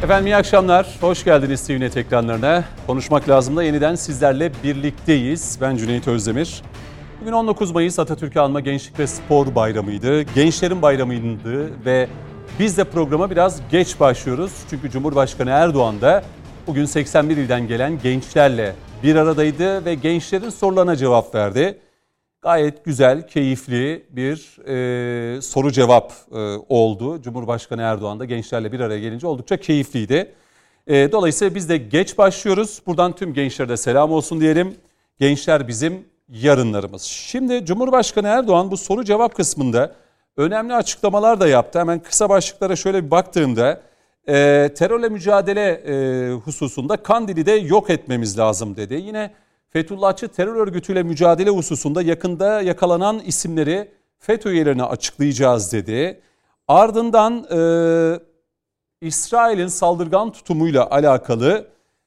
Efendim iyi akşamlar, hoş geldiniz TVNet ekranlarına. Konuşmak lazımda yeniden sizlerle birlikteyiz. Ben Cüneyt Özdemir. Bugün 19 Mayıs Atatürk'ü anma Gençlik ve Spor Bayramı'ydı. Gençlerin bayramıydı ve biz de programa biraz geç başlıyoruz. Çünkü Cumhurbaşkanı Erdoğan da bugün 81 ilden gelen gençlerle bir aradaydı ve gençlerin sorularına cevap verdi. Gayet güzel, keyifli bir soru cevap oldu. Cumhurbaşkanı Erdoğan da gençlerle bir araya gelince oldukça keyifliydi. Dolayısıyla biz de geç başlıyoruz. Buradan tüm gençlere de selam olsun diyelim. Gençler bizim yarınlarımız. Şimdi Cumhurbaşkanı Erdoğan bu soru cevap kısmında önemli açıklamalar da yaptı. Hemen kısa başlıklara şöyle bir baktığımda terörle mücadele hususunda Kandil'i de yok etmemiz lazım dedi. Yine Fethullahçı terör örgütüyle mücadele hususunda yakında yakalanan isimleri FETÖ üyelerine açıklayacağız dedi. Ardından İsrail'in saldırgan tutumuyla alakalı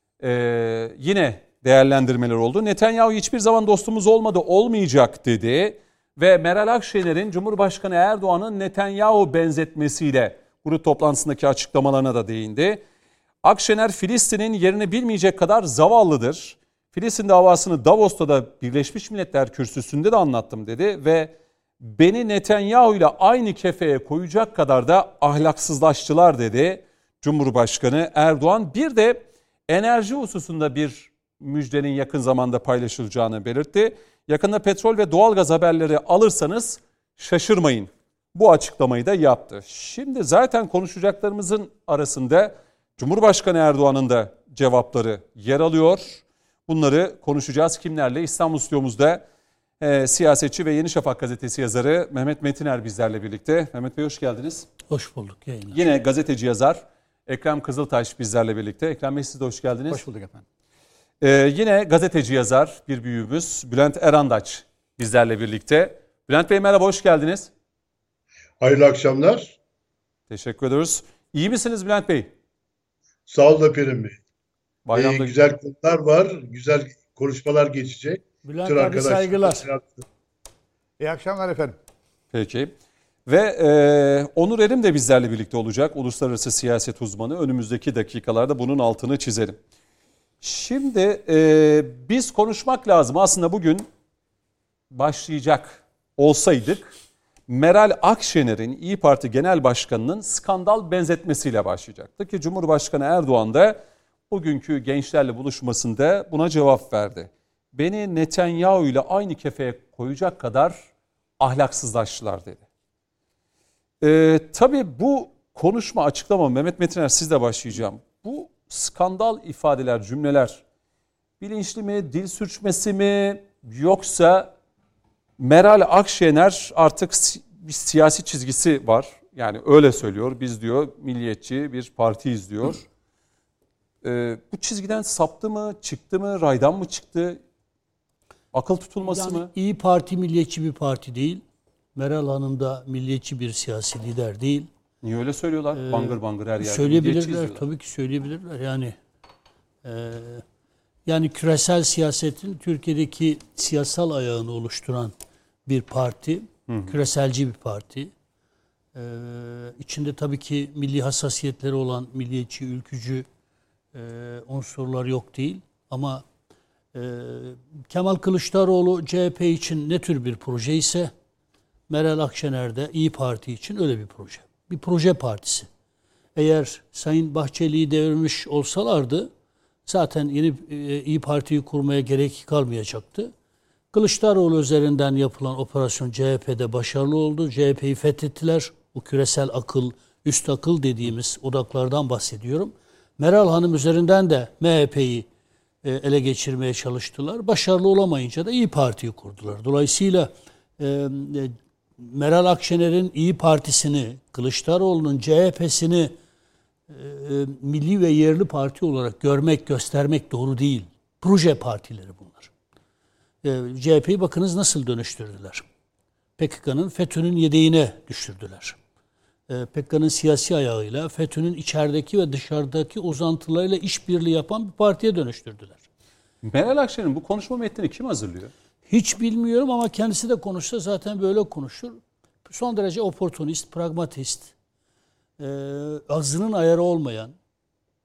yine değerlendirmeler oldu. Netanyahu hiçbir zaman dostumuz olmadı, olmayacak dedi. Ve Meral Akşener'in Cumhurbaşkanı Erdoğan'ın Netanyahu benzetmesiyle grup toplantısındaki açıklamalarına da değindi. Akşener Filistin'in yerini bilmeyecek kadar zavallıdır. Filistin davasını Davos'ta da Birleşmiş Milletler Kürsüsü'nde de anlattım dedi ve beni Netanyahu ile aynı kefeye koyacak kadar da ahlaksızlaştılar dedi Cumhurbaşkanı Erdoğan. Bir de enerji hususunda bir müjdenin yakın zamanda paylaşılacağını belirtti. Yakında petrol ve doğalgaz haberleri alırsanız şaşırmayın. Bu açıklamayı da yaptı. Şimdi zaten konuşacaklarımızın arasında Cumhurbaşkanı Erdoğan'ın da cevapları yer alıyor. Bunları konuşacağız. Kimlerle? İstanbul stüdyomuzda siyasetçi ve Yeni Şafak gazetesi yazarı Mehmet Metiner bizlerle birlikte. Mehmet Bey hoş geldiniz. Hoş bulduk. Yayınlar. Yine gazeteci yazar Ekrem Kızıltaş bizlerle birlikte. Ekrem Bey siz de hoş geldiniz. Hoş bulduk efendim. Yine gazeteci yazar bir büyüğümüz Bülent Erandaç bizlerle birlikte. Bülent Bey merhaba, hoş geldiniz. Hayırlı akşamlar. Teşekkür ediyoruz. İyi misiniz Bülent Bey? Sağ olun Perim Bey. Bayramda güzel konular var, güzel konuşmalar geçecek. Bülent abi saygılar. İyi akşamlar efendim. Peki. Ve Onur Erim de bizlerle birlikte olacak. Uluslararası siyaset uzmanı. Önümüzdeki dakikalarda bunun altını çizelim. Şimdi biz konuşmak lazım. Aslında bugün başlayacak olsaydık Meral Akşener'in İYİ Parti Genel Başkanı'nın skandal benzetmesiyle başlayacaktı ki Cumhurbaşkanı Erdoğan da bugünkü gençlerle buluşmasında buna cevap verdi. Beni Netanyahu ile aynı kefeye koyacak kadar ahlaksızlaştılar dedi. Tabii bu konuşma, açıklama, Mehmet Metiner sizle başlayacağım. Bu skandal ifadeler, cümleler bilinçli mi, dil sürçmesi mi, yoksa Meral Akşener artık bir siyasi çizgisi var. Yani öyle söylüyor. Biz diyor milliyetçi bir partiyiz diyor. Bu çizgiden saptı mı, çıktı mı, raydan mı çıktı? Akıl tutulması mı? İYİ Parti milliyetçi bir parti değil. Meral Hanım da milliyetçi bir siyasi lider değil. Niye öyle söylüyorlar? Bangır bangır her yerde. Söyleyebilirler, tabii ki söyleyebilirler. Yani küresel siyasetin Türkiye'deki siyasal ayağını oluşturan bir parti, küreselci bir parti. İçinde tabii ki milli hassasiyetleri olan milliyetçi, ülkücü unsurlar yok değil. Ama Kemal Kılıçdaroğlu CHP için ne tür bir proje ise Meral Akşener de İYİ Parti için öyle bir proje. Bir proje partisi. Eğer Sayın Bahçeli'yi devirmiş olsalardı zaten yeni İYİ Parti'yi kurmaya gerek kalmayacaktı. Kılıçdaroğlu üzerinden yapılan operasyon CHP'de başarılı oldu. CHP'yi fethettiler. Bu küresel akıl, üst akıl dediğimiz odaklardan bahsediyorum. Meral Hanım üzerinden de MHP'yi ele geçirmeye çalıştılar. Başarılı olamayınca da İYİ Parti'yi kurdular. Dolayısıyla Meral Akşener'in İYİ Partisi'ni, Kılıçdaroğlu'nun CHP'sini milli ve yerli parti olarak görmek, göstermek doğru değil. Proje partileri bunlar. CHP'yi bakınız nasıl dönüştürdüler. PKK'nın, FETÖ'nün yedeğine düşürdüler. PKK'nın siyasi ayağıyla FETÖ'nün içerideki ve dışarıdaki uzantılarıyla işbirliği yapan bir partiye dönüştürdüler. Meral Akşener'in bu konuşma metnini kim hazırlıyor? Hiç bilmiyorum ama kendisi de konuşsa zaten böyle konuşur. Son derece oportunist, pragmatist, ağzının ayarı olmayan,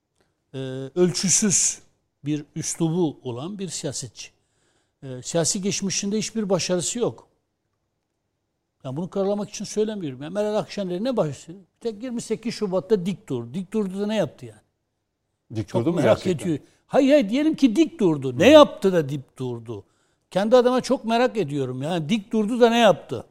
ölçüsüz bir üslubu olan bir siyasetçi. Siyasi geçmişinde hiçbir başarısı yok. Yani bunu karalamak için söylemiyorum. Yani Meral Akşener ne başarısı? Tek 28 Şubat'ta dik durdu. Dik durdu da ne yaptı yani? Dik Çok durdu mu merak gerçekten? ediyor. Hayır diyelim ki dik durdu. Ne yaptı da dik durdu? Kendi adıma çok merak ediyorum. Yani dik durdu da ne yaptı?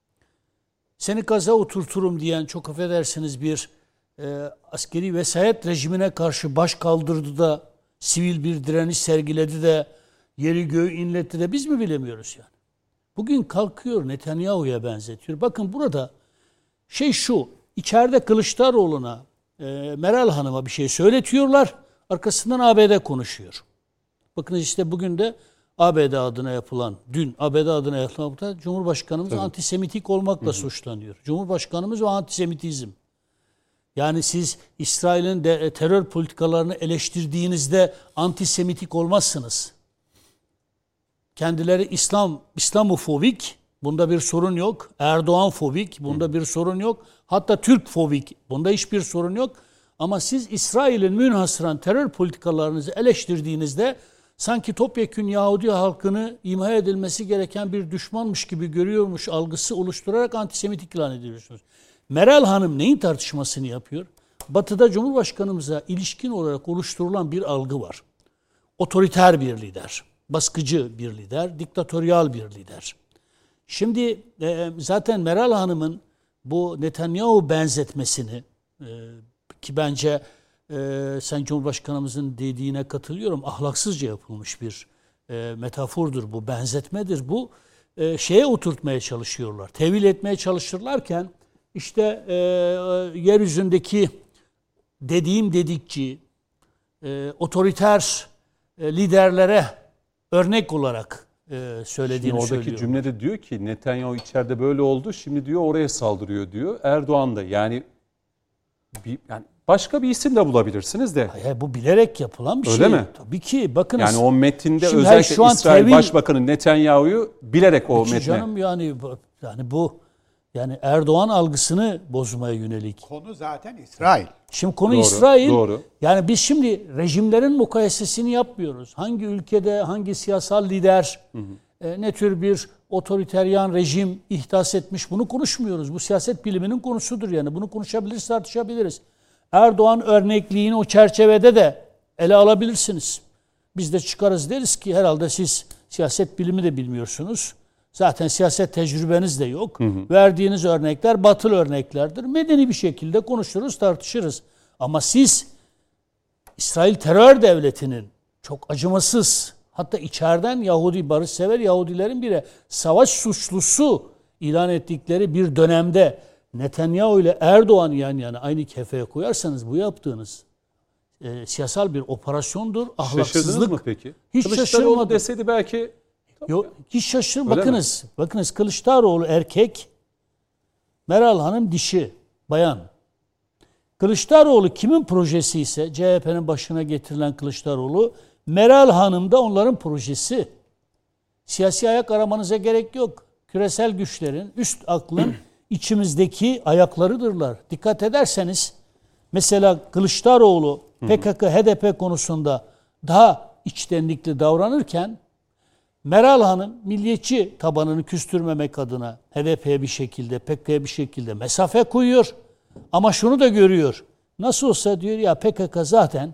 Seni kaza oturturum diyen, çok affedersiniz, bir askeri vesayet rejimine karşı baş kaldırdı da sivil bir direniş sergiledi de yeri göğü inletti de biz mi bilemiyoruz yani? Bugün kalkıyor Netanyahu'ya benzetiyor. Bakın burada şu, içeride Kılıçdaroğlu'na, Meral Hanım'a bir şey söyletiyorlar. Arkasından ABD konuşuyor. Bakın işte bugün de ABD adına yapılan, dün ABD adına yapılan Cumhurbaşkanımız antisemitik olmakla suçlanıyor. Cumhurbaşkanımız o antisemitizm. Yani siz İsrail'in de terör politikalarını eleştirdiğinizde antisemitik olmazsınız. Kendileri İslamofobik, bunda bir sorun yok. Erdoğan-fobik, bunda bir sorun yok. Hatta Türk-fobik, bunda hiçbir sorun yok. Ama siz İsrail'in münhasıran terör politikalarınızı eleştirdiğinizde sanki topyekün Yahudi halkını imha edilmesi gereken bir düşmanmış gibi görüyormuş algısı oluşturarak antisemitik ilan ediyorsunuz. Meral Hanım neyin tartışmasını yapıyor? Batı'da Cumhurbaşkanımıza ilişkin olarak oluşturulan bir algı var. Otoriter bir lider, baskıcı bir lider, diktatöryal bir lider. Şimdi zaten Meral Hanım'ın bu Netanyahu benzetmesini ki bence Sayın Cumhurbaşkanımızın dediğine katılıyorum, ahlaksızca yapılmış bir metafordur bu, benzetmedir bu. Şeye oturtmaya çalışıyorlar, tevil etmeye çalışırlarken işte yeryüzündeki dediğim dedikçi otoriter liderlere örnek olarak söylediğini Şimdi oradaki söylüyorum. cümlede diyor ki Netanyahu içeride böyle oldu, şimdi diyor oraya saldırıyor diyor. Erdoğan da yani başka bir isim de bulabilirsiniz de. Hayır, bu bilerek yapılan bir Öyle şey. mi? Tabii ki bakınız. Yani o metinde Şimdi özellikle şu an İsrail tevil- Başbakanı Netanyahu'yu bilerek o Ki metne. canım bu Erdoğan algısını bozmaya yönelik. Konu zaten İsrail. Şimdi konu Doğru, İsrail. doğru. Yani biz şimdi rejimlerin mukayesesini yapmıyoruz. Hangi ülkede hangi siyasal lider ne tür bir otoriteryan rejim ihdas etmiş, bunu konuşmuyoruz. Bu siyaset biliminin konusudur yani. Bunu konuşabiliriz, tartışabiliriz. Erdoğan örnekliğini o çerçevede de ele alabilirsiniz. Biz de çıkarız, deriz ki herhalde siz siyaset bilimi de bilmiyorsunuz. Zaten siyaset tecrübeniz de yok. Verdiğiniz örnekler batılı örneklerdir. Medeni bir şekilde konuşuruz, tartışırız. Ama siz İsrail terör devletinin çok acımasız, hatta içeriden Yahudi, barışsever Yahudilerin bile savaş suçlusu ilan ettikleri bir dönemde Netanyahu ile Erdoğan yan yana aynı kefeye koyarsanız bu yaptığınız siyasal bir operasyondur. Şaşırdınız Ahlaksızlık. mı peki? Hiç Kılıçdaroğlu şaşırmadım. deseydi belki Yok, hiç şaşırmadım. Öyle Bakınız Kılıçdaroğlu erkek, Meral Hanım dişi, bayan. Kılıçdaroğlu kimin projesi ise CHP'nin başına getirilen Kılıçdaroğlu, Meral Hanım da onların projesi. Siyasi ayak aramanıza gerek yok. Küresel güçlerin, üst aklın içimizdeki ayaklarıdırlar. Dikkat ederseniz mesela Kılıçdaroğlu PKK, HDP konusunda daha içtenlikli davranırken Meral Hanım milliyetçi tabanını küstürmemek adına HDP'ye bir şekilde, PKK'ya bir şekilde mesafe koyuyor. Ama şunu da görüyor. Nasıl olsa diyor ya PKK zaten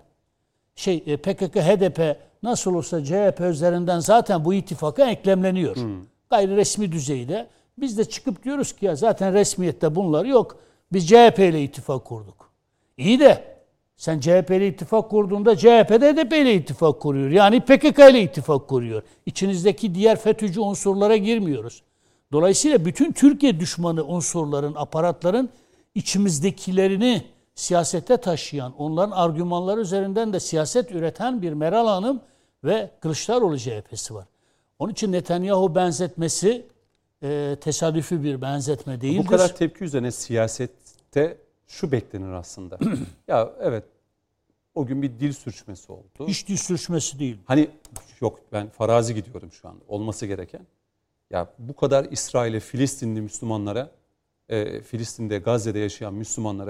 PKK, HDP nasıl olsa CHP üzerinden zaten bu ittifaka eklemleniyor. Gayri resmi düzeyde. Biz de çıkıp diyoruz ki ya zaten resmiyette bunlar yok. Biz CHP ile ittifak kurduk. İyi de sen CHP ile ittifak kurduğunda CHP de HDP ile ittifak kuruyor. Yani PKK ile ittifak kuruyor. İçinizdeki diğer FETÖ'cü unsurlara girmiyoruz. Dolayısıyla bütün Türkiye düşmanı unsurların, aparatların içimizdekilerini siyasete taşıyan, onların argümanları üzerinden de siyaset üreten bir Meral Hanım ve Kılıçdaroğlu CHP'si var. Onun için Netanyahu benzetmesi tesadüfi bir benzetme değildir. bu kadar tepki üzerine siyasette şu beklenir aslında. Ya evet, o gün bir dil sürçmesi oldu. Hiç dil sürçmesi değil. Hani yok, ben farazi gidiyorum şu anda. Olması gereken. Ya bu kadar İsrail'e, Filistinli Müslümanlara, Filistin'de, Gazze'de yaşayan Müslümanlara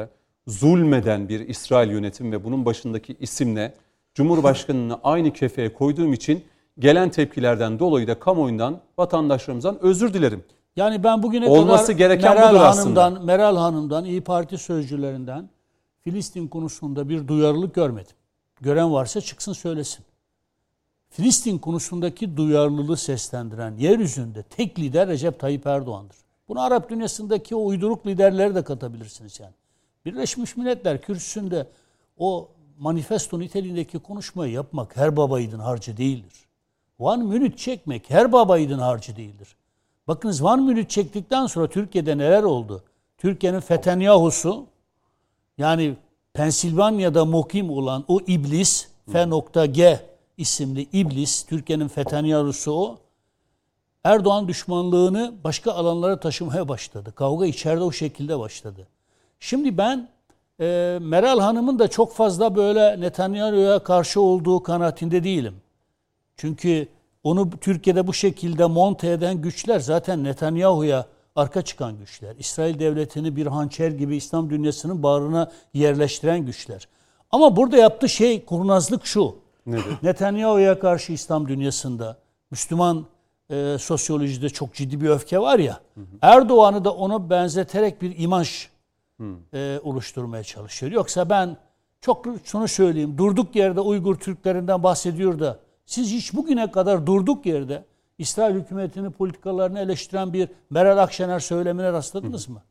zulmeden bir İsrail yönetimi ve bunun başındaki isimle Cumhurbaşkanı'nı aynı kefeye koyduğum için gelen tepkilerden dolayı da kamuoyundan, vatandaşlarımızdan özür dilerim. Yani ben bugüne Olması kadar gereken budur aslında. Meral Hanım'dan, İYİ Parti sözcülerinden Filistin konusunda bir duyarlılık görmedim. Gören varsa çıksın söylesin. Filistin konusundaki duyarlılığı seslendiren yeryüzünde tek lider Recep Tayyip Erdoğan'dır. Bunu Arap dünyasındaki o uyduruk liderleri de katabilirsiniz yani. Birleşmiş Milletler kürsüsünde o manifesto niteliğindeki konuşmayı yapmak her babayiğidin harcı değildir. One Minute çekmek her babayiğidin harcı değildir. Bakınız One Minute çektikten sonra Türkiye'de neler oldu? Türkiye'nin Netanyahu'su, yani Pensilvanya'da mukim olan o iblis, F.G isimli iblis, Türkiye'nin Netanyahu'su o, Erdoğan düşmanlığını başka alanlara taşımaya başladı. Kavga içeride o şekilde başladı. Şimdi ben Meral Hanım'ın da çok fazla böyle Netanyahu'ya karşı olduğu kanaatinde değilim. Çünkü onu Türkiye'de bu şekilde monte eden güçler zaten Netanyahu'ya arka çıkan güçler. İsrail devletini bir hançer gibi İslam dünyasının bağrına yerleştiren güçler. Ama burada yaptığı şey kurnazlık şu. Nedir? Netanyahu'ya karşı İslam dünyasında, Müslüman sosyolojide çok ciddi bir öfke var ya. Erdoğan'ı da ona benzeterek bir imaj oluşturmaya çalışıyor. Yoksa ben çok şunu söyleyeyim. Durduk yerde Uygur Türklerinden bahsediyor da siz hiç bugüne kadar durduk yerde İsrail hükümetinin politikalarını eleştiren bir Meral Akşener söylemine rastladınız mı?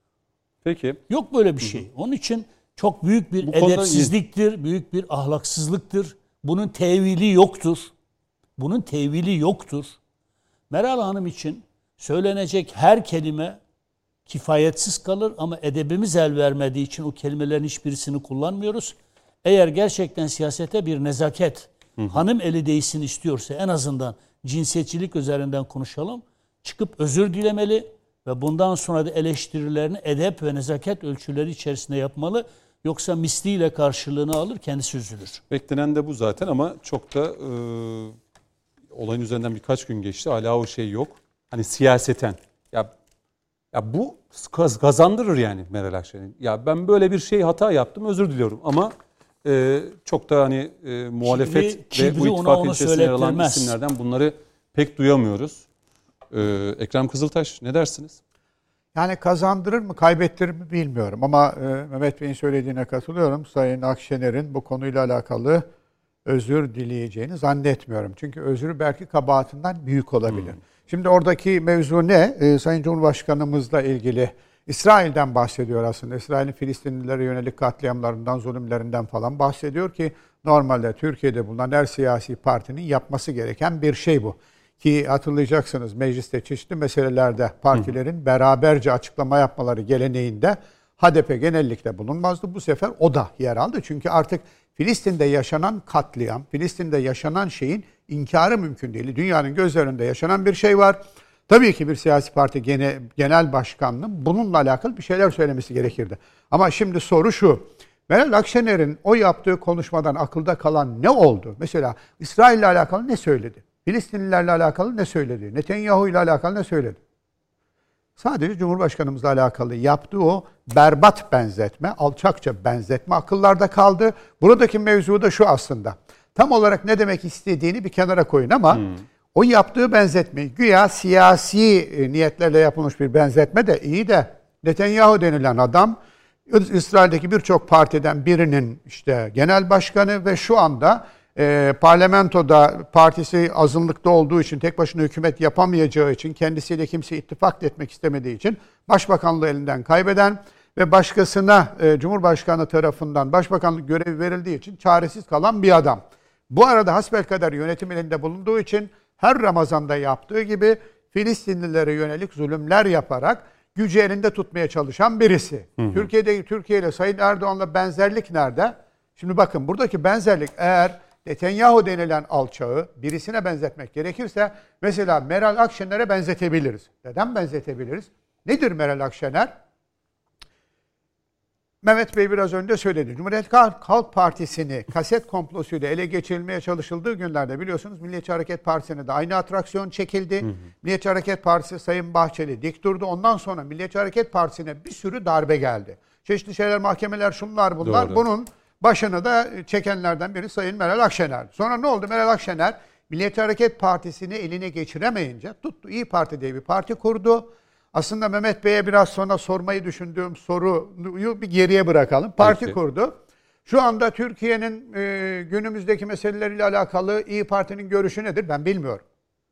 Peki. Yok böyle bir şey. Onun için çok büyük bir Bu konuda edepsizliktir, büyük bir ahlaksızlıktır. Bunun tevili yoktur. Bunun tevili yoktur. Meral Hanım için söylenecek her kelime kifayetsiz kalır ama edebimiz el vermediği için o kelimelerin hiçbirisini kullanmıyoruz. Eğer gerçekten siyasete bir nezaket, hanım eli değsin istiyorsa en azından cinsiyetçilik üzerinden konuşalım. Çıkıp özür dilemeli ve bundan sonra da eleştirilerini edep ve nezaket ölçüleri içerisinde yapmalı. Yoksa misliyle karşılığını alır, kendisi üzülür. Beklenen de bu zaten ama çok da olayın üzerinden birkaç gün geçti. Hala o şey yok. Hani siyaseten. Ya bu kazandırır yani Meral Akşener'in. Ya ben böyle bir hata yaptım, özür diliyorum ama çok da hani muhalefet ve bu ittifak içerisinde yer alan isimlerden bunları pek duyamıyoruz. Ekrem Kızıltaş ne dersiniz? Yani kazandırır mı, kaybettirir mi bilmiyorum ama Mehmet Bey'in söylediğine katılıyorum. Sayın Akşener'in bu konuyla alakalı özür dileyeceğini zannetmiyorum. Çünkü özrü belki kabahatinden büyük olabilir. Şimdi oradaki mevzu ne? Sayın Cumhurbaşkanımızla ilgili İsrail'den bahsediyor aslında. İsrail'in Filistinlilere yönelik katliamlarından, zulümlerinden falan bahsediyor ki normalde Türkiye'de bulunan her siyasi partinin yapması gereken bir şey bu. Ki hatırlayacaksınız mecliste çeşitli meselelerde partilerin beraberce açıklama yapmaları geleneğinde HDP genellikle bulunmazdı. Bu sefer o da yer aldı. Çünkü artık Filistin'de yaşanan katliam, Filistin'de yaşanan şeyin inkarı mümkün değil. Dünyanın gözlerinde yaşanan bir şey var. Tabii ki bir siyasi parti genel başkanının bununla alakalı bir şeyler söylemesi gerekirdi. Ama şimdi soru şu. Meral Akşener'in o yaptığı konuşmadan akılda kalan ne oldu? Mesela İsrail'le alakalı ne söyledi? Filistinlilerle alakalı ne söyledi? Netanyahu ile alakalı ne söyledi? Sadece Cumhurbaşkanımızla alakalı yaptığı o berbat benzetme, alçakça benzetme akıllarda kaldı. Buradaki mevzu da şu aslında. Tam olarak ne demek istediğini bir kenara koyun ama o yaptığı benzetme güya siyasi niyetlerle yapılmış bir benzetme de iyi de Netanyahu denilen adam İsrail'deki birçok partiden birinin işte genel başkanı ve şu anda parlamentoda partisi azınlıkta olduğu için tek başına hükümet yapamayacağı için kendisiyle kimse ittifak etmek istemediği için başbakanlığı elinden kaybeden ve başkasına Cumhurbaşkanı tarafından başbakanlık görevi verildiği için çaresiz kalan bir adam. Bu arada hasbelkader yönetim elinde bulunduğu için her Ramazan'da yaptığı gibi Filistinlilere yönelik zulümler yaparak gücü elinde tutmaya çalışan birisi. Türkiye ile Sayın Erdoğan'la benzerlik nerede? Şimdi bakın buradaki benzerlik eğer Netanyahu denilen alçağı birisine benzetmek gerekirse mesela Meral Akşener'e benzetebiliriz. Neden benzetebiliriz? Nedir Meral Akşener? Mehmet Bey biraz önce söyledi. Cumhuriyet Halk Partisi'ni kaset komplosuyla ele geçirilmeye çalışıldığı günlerde biliyorsunuz Milliyetçi Hareket Partisi'ne de aynı atraksiyon çekildi. Milliyetçi Hareket Partisi Sayın Bahçeli dik durdu. Ondan sonra Milliyetçi Hareket Partisi'ne bir sürü darbe geldi. Çeşitli şeyler, mahkemeler, şunlar bunlar. Doğru. Bunun başını da çekenlerden biri Sayın Meral Akşener. Sonra ne oldu? Meral Akşener Milliyetçi Hareket Partisi'ni eline geçiremeyince tuttu İYİ Parti diye bir parti kurdu. Aslında Mehmet Bey'e biraz sonra sormayı düşündüğüm soruyu bir geriye bırakalım. Parti Peki. kurdu. Şu anda Türkiye'nin günümüzdeki meseleleriyle alakalı İYİ Parti'nin görüşü nedir? Ben bilmiyorum.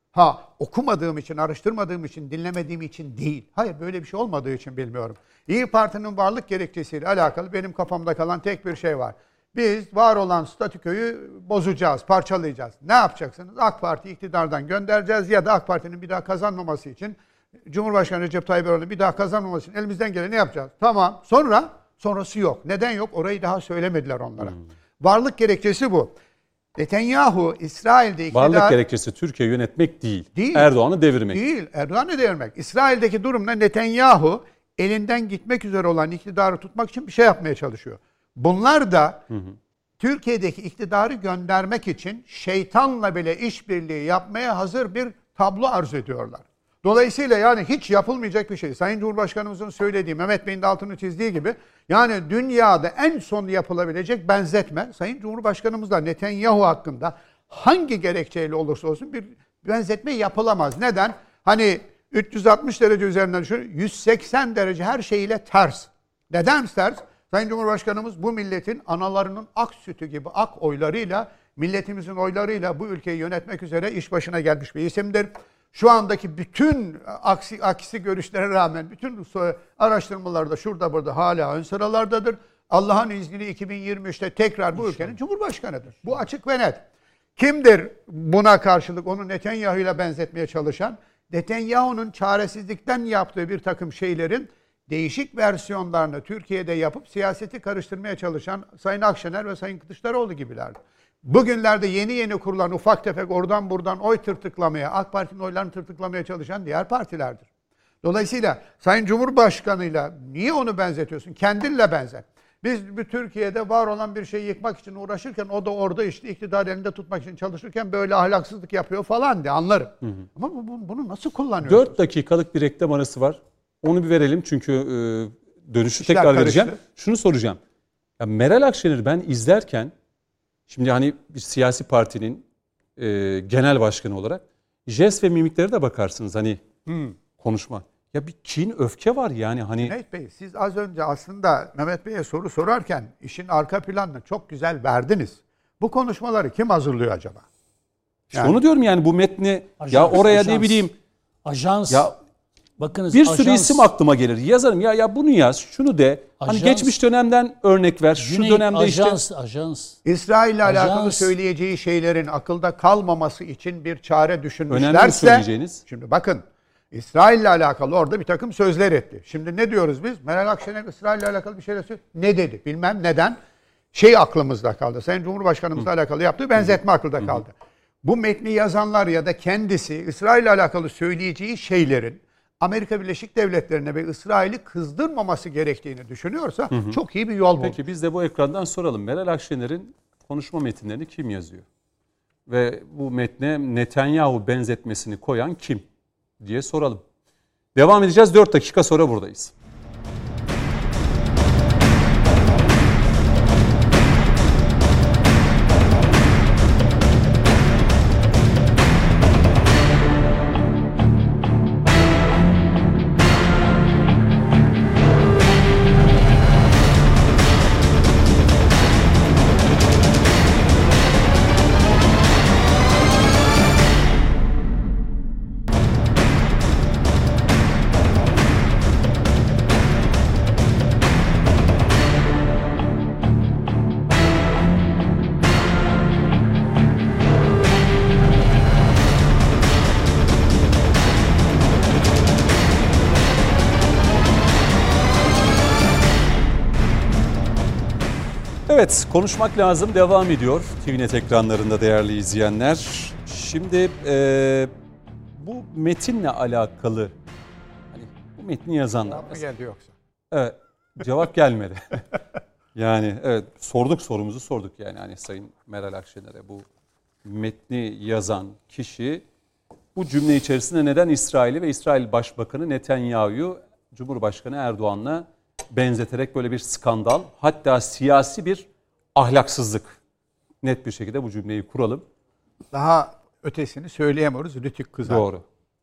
Okumadığım için, araştırmadığım için, dinlemediğim için değil. Hayır, böyle bir şey olmadığı için bilmiyorum. İYİ Parti'nin varlık gerekçesiyle alakalı benim kafamda kalan tek bir şey var. Biz var olan statükoyu bozacağız, parçalayacağız. Ne yapacaksınız? AK Parti iktidardan göndereceğiz ya da AK Parti'nin bir daha kazanmaması için, Cumhurbaşkanı Recep Tayyip Erdoğan'ın bir daha kazanmaması için elimizden geleni yapacağız. Tamam. Sonrası yok. Neden yok? Orayı daha söylemediler onlara. Varlık gerekçesi bu. Netanyahu İsrail'de iktidar... Varlık gerekçesi Türkiye yönetmek değil. Değil. Erdoğan'ı devirmek. Değil. Erdoğan'ı devirmek. İsrail'deki durumda Netanyahu elinden gitmek üzere olan iktidarı tutmak için bir şey yapmaya çalışıyor. Bunlar da Türkiye'deki iktidarı göndermek için şeytanla bile işbirliği yapmaya hazır bir tablo arzu ediyorlar. Dolayısıyla yani hiç yapılmayacak bir şey. Sayın Cumhurbaşkanımızın söylediği, Mehmet Bey'in de altını çizdiği gibi yani dünyada en son yapılabilecek benzetme Sayın Cumhurbaşkanımızla Netanyahu hakkında hangi gerekçeyle olursa olsun bir benzetme yapılamaz. Neden? Hani 360 derece üzerinden düşün, 180 derece her şeyiyle ters. Neden ters? Sayın Cumhurbaşkanımız bu milletin analarının ak sütü gibi ak oylarıyla, milletimizin oylarıyla bu ülkeyi yönetmek üzere iş başına gelmiş bir isimdir. Şu andaki bütün aksi görüşlere rağmen bütün araştırmalarda şurada burada hala ön sıralardadır. Allah'ın izniyle 2023'te tekrar bu ülkenin Cumhurbaşkanıdır. Bu açık ve net. Kimdir buna karşılık onu Netanyahu ile benzetmeye çalışan? Netanyahu'nun çaresizlikten yaptığı bir takım şeylerin değişik versiyonlarını Türkiye'de yapıp siyaseti karıştırmaya çalışan Sayın Akşener ve Sayın Kılıçdaroğlu gibilerdi. Bugünlerde yeni kurulan ufak tefek oradan buradan oy tırtıklamaya, AK Parti'nin oylarını tırtıklamaya çalışan diğer partilerdir. Dolayısıyla Sayın Cumhurbaşkanı'yla niye onu benzetiyorsun? Kendinle benzer. Biz bir Türkiye'de var olan bir şeyi yıkmak için uğraşırken o da orada işte iktidar elinde tutmak için çalışırken böyle ahlaksızlık yapıyor falan diye anlarım. Ama bunu nasıl kullanıyorsunuz? 4 dakikalık bir reklam arası var. Onu bir verelim çünkü dönüşü İşler tekrar karıştı. vereceğim. Şunu soracağım. Ya Meral Akşener'i ben izlerken şimdi hani bir siyasi partinin genel başkanı olarak jest ve mimiklere de bakarsınız hani konuşma. Ya bir kin, öfke var yani hani. Mehmet Bey, siz az önce aslında Mehmet Bey'e soru sorarken işin arka planını çok güzel verdiniz. Bu konuşmaları kim hazırlıyor acaba? İşte onu diyorum yani bu metni ya oraya ne bileyim. Ajans. Ya bakınız bir sürü isim aklıma gelir. Yazarım ya bunu yaz, şunu de. Hani geçmiş dönemden örnek ver. Şu dönemde ajans. İsrail'le alakalı söyleyeceği şeylerin akılda kalmaması için bir çare düşünmüşlerse. Önemli söyleyeceğiniz. Şimdi bakın İsrail'le alakalı orada bir takım sözler etti. Şimdi ne diyoruz biz? Meral Akşener İsrail'le alakalı bir şeyler söyledi. Ne dedi? Bilmem neden. Aklımızda kaldı. Sayın Cumhurbaşkanımızla alakalı yaptığı benzetme akılda kaldı. Bu metni yazanlar ya da kendisi İsrail'le alakalı söyleyeceği şeylerin Amerika Birleşik Devletleri'ne ve İsrail'i kızdırmaması gerektiğini düşünüyorsa çok iyi bir yol buldu. Peki biz de bu ekrandan soralım. Meral Akşener'in konuşma metinlerini kim yazıyor? Ve bu metne Netanyahu benzetmesini koyan kim diye soralım. Devam edeceğiz. 4 dakika sonra buradayız. Evet, konuşmak lazım devam ediyor TVNet ekranlarında değerli izleyenler. Şimdi bu metinle alakalı, hani bu metni yazanlar. Mı geldi yoksa? Evet, cevap gelmedi. Yani evet, sorumuzu sorduk yani hani Sayın Meral Akşener'e, bu metni yazan kişi bu cümle içerisinde neden İsrail'i ve İsrail Başbakanı Netanyahu'yu Cumhurbaşkanı Erdoğan'la benzeterek böyle bir skandal, hatta siyasi bir ahlaksızlık, net bir şekilde bu cümleyi kuralım. Daha ötesini söyleyemiyoruz. Rütük kızar. Doğru.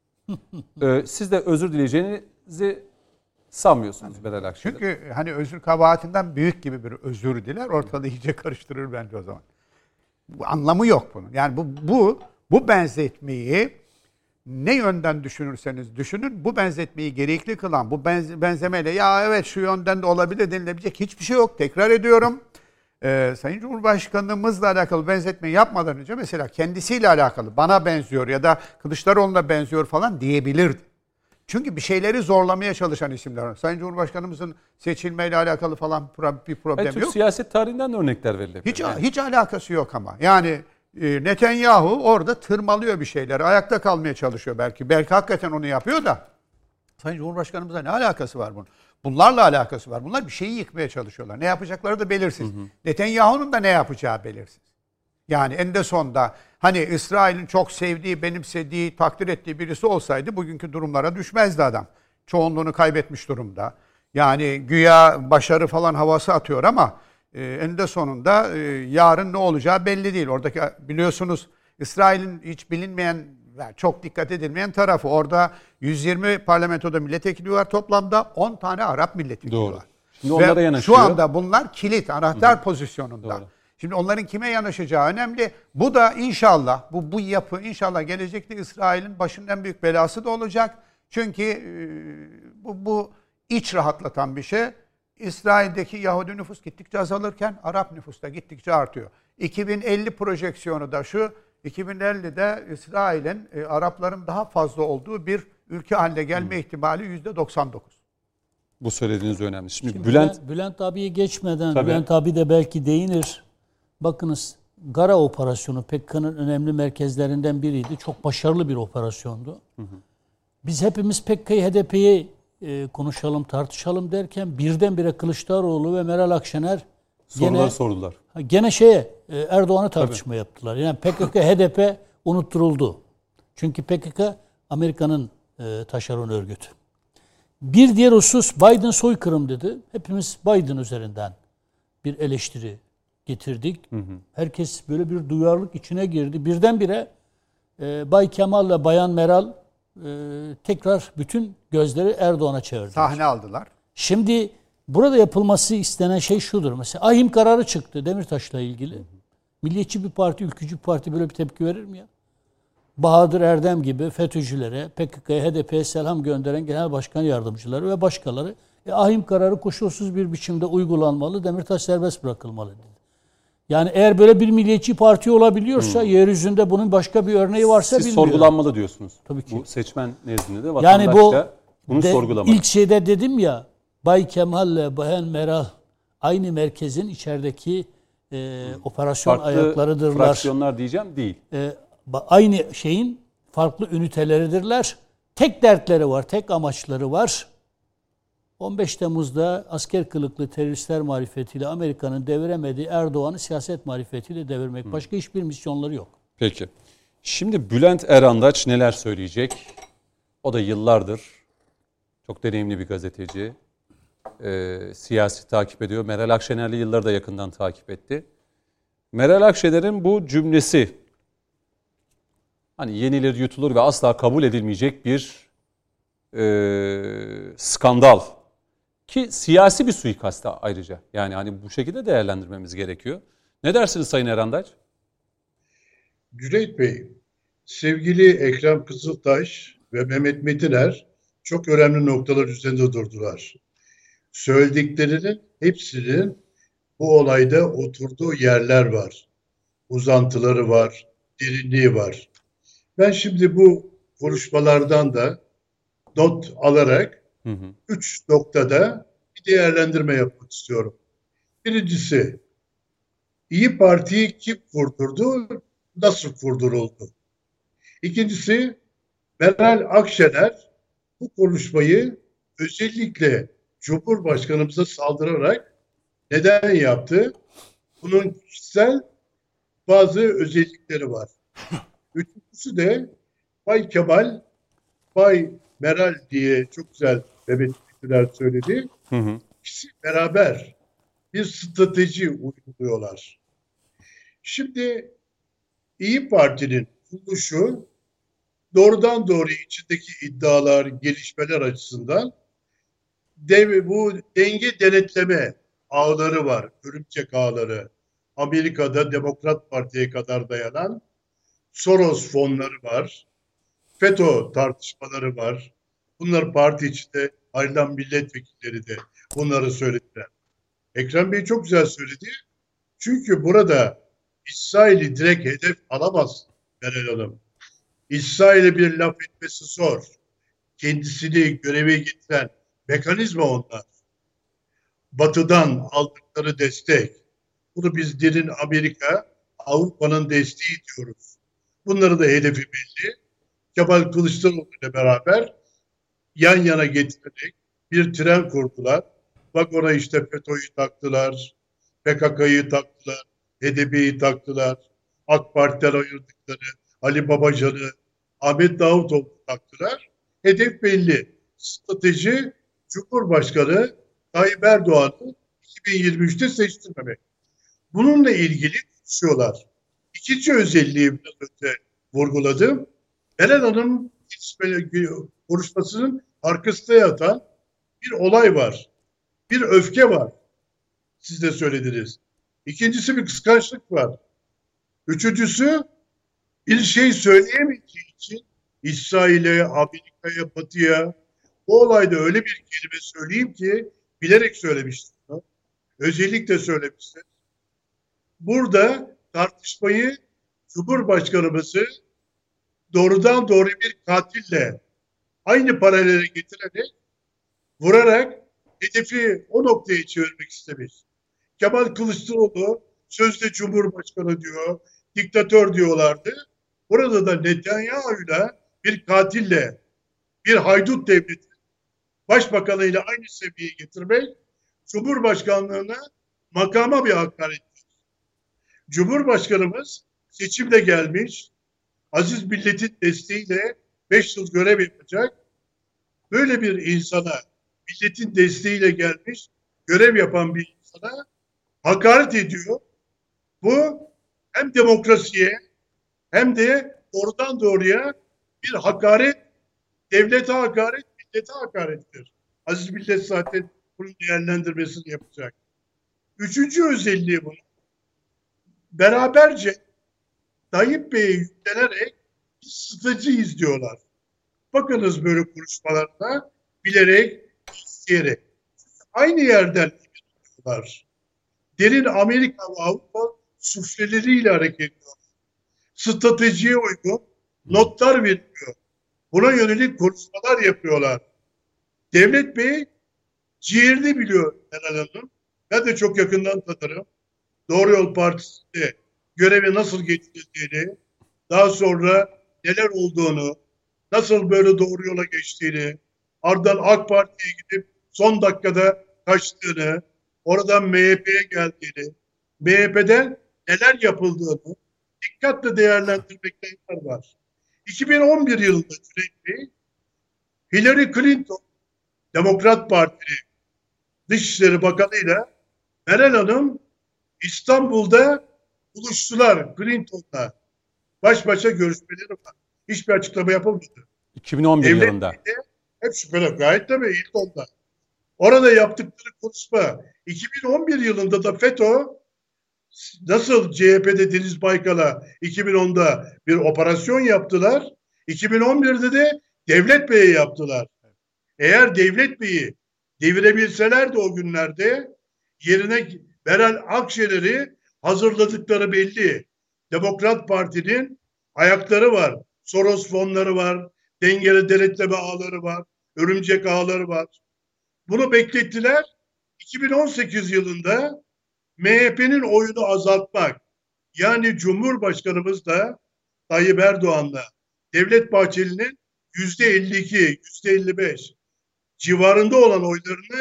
Siz de özür dileyeceğinizi sanmıyorsunuz Meral Akşener. Çünkü hani özür kabahatinden büyük gibi bir özür diler. Ortalığı iyice karıştırır bence o zaman. Bu anlamı yok bunun. Yani bu benzetmeyi ne yönden düşünürseniz düşünün, bu benzetmeyi gerekli kılan, bu benzemeyle ya evet şu yönden de olabilir denilebilecek hiçbir şey yok. Tekrar ediyorum. Sayın Cumhurbaşkanımızla alakalı benzetmeyi yapmadan önce mesela kendisiyle alakalı bana benziyor ya da Kılıçdaroğlu'na benziyor falan diyebilirdi. Çünkü bir şeyleri zorlamaya çalışan isimler. Sayın Cumhurbaşkanımızın seçilmeyle alakalı falan bir problem Türk yok. siyaset tarihinden de örnekler verilebilir. Hiç alakası yok ama. Yani Netanyahu orada tırmalıyor bir şeyler. Ayakta kalmaya çalışıyor belki. Belki hakikaten onu yapıyor da. Sayın Cumhurbaşkanımızla ne alakası var bunun? Bunlarla alakası var. Bunlar bir şeyi yıkmaya çalışıyorlar. Ne yapacakları da belirsiz. Netanyahu'nun da ne yapacağı belirsiz. Yani en de sonda hani İsrail'in çok sevdiği, benimsediği, takdir ettiği birisi olsaydı bugünkü durumlara düşmezdi adam. Çoğunluğunu kaybetmiş durumda. Yani güya başarı falan havası atıyor ama eninde sonunda yarın ne olacağı belli değil. Oradaki biliyorsunuz İsrail'in hiç bilinmeyen, çok dikkat edilmeyen tarafı. Orada 120 parlamentoda milletvekili var toplamda, 10 tane Arap milletvekili Doğru. var. Şimdi onlara yanaşıyor. Şu anda bunlar kilit, anahtar pozisyonunda. Doğru. Şimdi onların kime yanaşacağı önemli. Bu da inşallah, bu yapı inşallah gelecekte İsrail'in başının en büyük belası da olacak. Çünkü bu iç rahatlatan bir şey. İsrail'deki Yahudi nüfus gittikçe azalırken Arap nüfus da gittikçe artıyor. 2050 projeksiyonu da şu, 2050'de İsrail'in Arapların daha fazla olduğu bir ülke haline gelme ihtimali %99. Bu söylediğiniz önemli. Şimdi Bülent Bülent abiye geçmeden, Tabii. Bülent abi de belki değinir. Bakınız, Gara operasyonu PKK'nın önemli merkezlerinden biriydi. Çok başarılı bir operasyondu. Biz hepimiz PKK'yı, HDP'yi konuşalım, tartışalım derken birdenbire Kılıçdaroğlu ve Meral Akşener sorular sordular. gene Erdoğan'ı tartışma yaptılar. Yani PKK, HDP unutturuldu. Çünkü PKK Amerika'nın taşeron örgütü. Bir diğer husus, Biden soykırım dedi. Hepimiz Biden üzerinden bir eleştiri getirdik. Herkes böyle bir duyarlılık içine girdi. Birdenbire Bay Kemal ile Bayan Meral tekrar bütün gözleri Erdoğan'a çevirdi. Sahne aldılar. Şimdi burada yapılması istenen şey şudur. Mesela ahim kararı çıktı Demirtaş'la ilgili. Milliyetçi bir parti, ülkücü bir parti böyle bir tepki verir mi ya? Bahadır Erdem gibi FETÖ'cülere, PKK'ya, HDP'ye selam gönderen genel başkan yardımcıları ve başkaları ahim kararı koşulsuz bir biçimde uygulanmalı, Demirtaş serbest bırakılmalı dedi. Yani eğer böyle bir milliyetçi parti olabiliyorsa yeryüzünde bunun başka bir örneği varsa Siz bilmiyorum. sorgulanmalı diyorsunuz. Tabii ki. Bu seçmen nezdinde de vatandaş Yani bu da bunu sorgulamalı. İlk şeyde dedim ya, Bay Kemal ile Bayan Meral aynı merkezin içerideki operasyon Farklı ayaklarıdırlar. fraksiyonlar diyeceğim değil. Aynı şeyin farklı üniteleridirler. Tek dertleri var, tek amaçları var. 15 Temmuz'da asker kılıklı teröristler marifetiyle Amerika'nın deviremediği Erdoğan'ı siyaset marifetiyle devirmek. Başka hiçbir misyonları yok. Peki. Şimdi Bülent Erandaç neler söyleyecek? O da yıllardır çok deneyimli bir gazeteci. Siyasi takip ediyor. Meral Akşener'le yılları da yakından takip etti. Meral Akşener'in bu cümlesi, hani yenilir yutulur ve asla kabul edilmeyecek bir skandal. Ki siyasi bir suikast ayrıca. Yani hani bu şekilde değerlendirmemiz gerekiyor. Ne dersiniz Sayın Erandaç? Cüneyt Bey, sevgili Ekrem Kızıltaş ve Mehmet Metiner çok önemli noktalar üzerinde durdular. Söylediklerinin hepsinin bu olayda oturduğu yerler var. Uzantıları var, derinliği var. Ben şimdi bu konuşmalardan da not alarak 3 noktada bir değerlendirme yapmak istiyorum. Birincisi, İyi Parti'yi kim kurdurdu, nasıl kurduruldu? İkincisi, Meral Akşener bu konuşmayı özellikle Cumhurbaşkanımıza saldırarak neden yaptı? Bunun kişisel bazı özellikleri var. Üçüncüsü de Bay Kemal, Bay Meral diye çok güzel Mehmet Beyler söyledi. Hı hı. İkisi beraber bir strateji uyguluyorlar. Şimdi İyi Parti'nin kuruluşu doğrudan doğruya içindeki iddialar, gelişmeler açısından bu denge denetleme ağları var, örümcek ağları. Amerika'da Demokrat Parti'ye kadar dayanan Soros fonları var, FETÖ tartışmaları var. Bunlar parti içinde ayrılan milletvekilleri de bunları söylediler. Ekrem Bey çok güzel söyledi. Çünkü burada İsrail'i direkt hedef alamaz Meral Hanım. İsrail'e bir laf etmesi zor. Kendisini göreve getiren mekanizma onlar. Batı'dan aldıkları destek. Bunu biz derin Amerika, Avrupa'nın desteği diyoruz. Bunları da hedefi belli. Kemal Kılıçdaroğlu ile beraber yan yana getirerek bir tren kurdular. Bak ona işte FETÖ'yü taktılar, PKK'yı taktılar, HDP'yi taktılar, AK Parti'den ayırdıkları Ali Babacan'ı, Ahmet Davutoğlu'nu taktılar. Hedef belli. Strateji Cumhurbaşkanı Tayyip Erdoğan'ı 2023'te seçtirmemek. Bununla ilgili konuşuyorlar. İkinci özelliği biraz önce vurguladım. Meral Hanım konuşmasının arkasında yatan bir olay var. Bir öfke var. Siz de söylediniz. İkincisi bir kıskançlık var. Üçüncüsü bir şey söyleyemediği için İsrail'e, Amerika'ya, Batı'ya o olayda öyle bir kelime söyleyeyim ki bilerek söylemiştim. Özellikle söylemiştim. Burada tartışmayı Cumhurbaşkanımızı doğrudan doğruya bir katille aynı paralele getirerek vurarak hedefi o noktaya çevirmek istemiş. Kemal Kılıçdaroğlu sözde Cumhurbaşkanı diyor, diktatör diyorlardı. Burada da Netanyahu'yla bir katille, bir haydut devleti başbakanıyla aynı seviyeye getirmek Cumhurbaşkanlığına makama bir hakarettir. Cumhurbaşkanımız seçimle gelmiş, aziz milletin desteğiyle 5 yıl görev yapacak. Böyle bir insana, milletin desteğiyle gelmiş, görev yapan bir insana hakaret ediyor. Bu hem demokrasiye hem de doğrudan doğruya bir hakaret, devlete hakaret, millete hakarettir. Aziz millet zaten bunun değerlendirmesini yapacak. Üçüncü özelliği bu. Beraberce Tayyip Bey'e yüklenerek bir strateji izliyorlar. Bakınız böyle konuşmalarda bilerek, isteyerek. Aynı yerden gidiyorlar. Derin Amerika ve Avrupa sufleleriyle hareket ediyor. Stratejiye uygun notlar veriliyor. Buna yönelik konuşmalar yapıyorlar. Devlet Bey ciğerini biliyor Meral Hanım. Ben de çok yakından tanırım. Doğru Yol Partisi'nde göreve nasıl getirildiğini, daha sonra neler olduğunu, nasıl böyle doğru yola geçtiğini, ardından AK Parti'ye gidip son dakikada kaçtığını, oradan MHP'ye geldiğini, MHP'den neler yapıldığını dikkatle değerlendirmekte yarar var. 2011 yılında Cüneyt Bey, Hillary Clinton, Demokrat Partili Dışişleri Bakanı'yla Meral Hanım İstanbul'da buluştular Clinton'la. Baş başa görüşmeleri var. Hiçbir açıklama yapılmadı. 2011 Devlet yılında. hep şüpheli. Gayet tabii ilk onda. Orada yaptıkları konuşma 2011 yılında da FETÖ nasıl CHP'de Deniz Baykal'a 2010'da bir operasyon yaptılar. 2011'de de Devlet Bey'e yaptılar. Eğer Devlet Bey'i devirebilselerdi o günlerde yerine Meral Akşener'i hazırladıkları belli. Demokrat Parti'nin ayakları var. Soros fonları var. Dengeli denetleme ağları var. Örümcek ağları var. Bunu beklettiler. 2018 yılında MHP'nin oyunu azaltmak, yani Cumhurbaşkanımız da Tayyip Erdoğan'la Devlet Bahçeli'nin %52, %55 civarında olan oylarını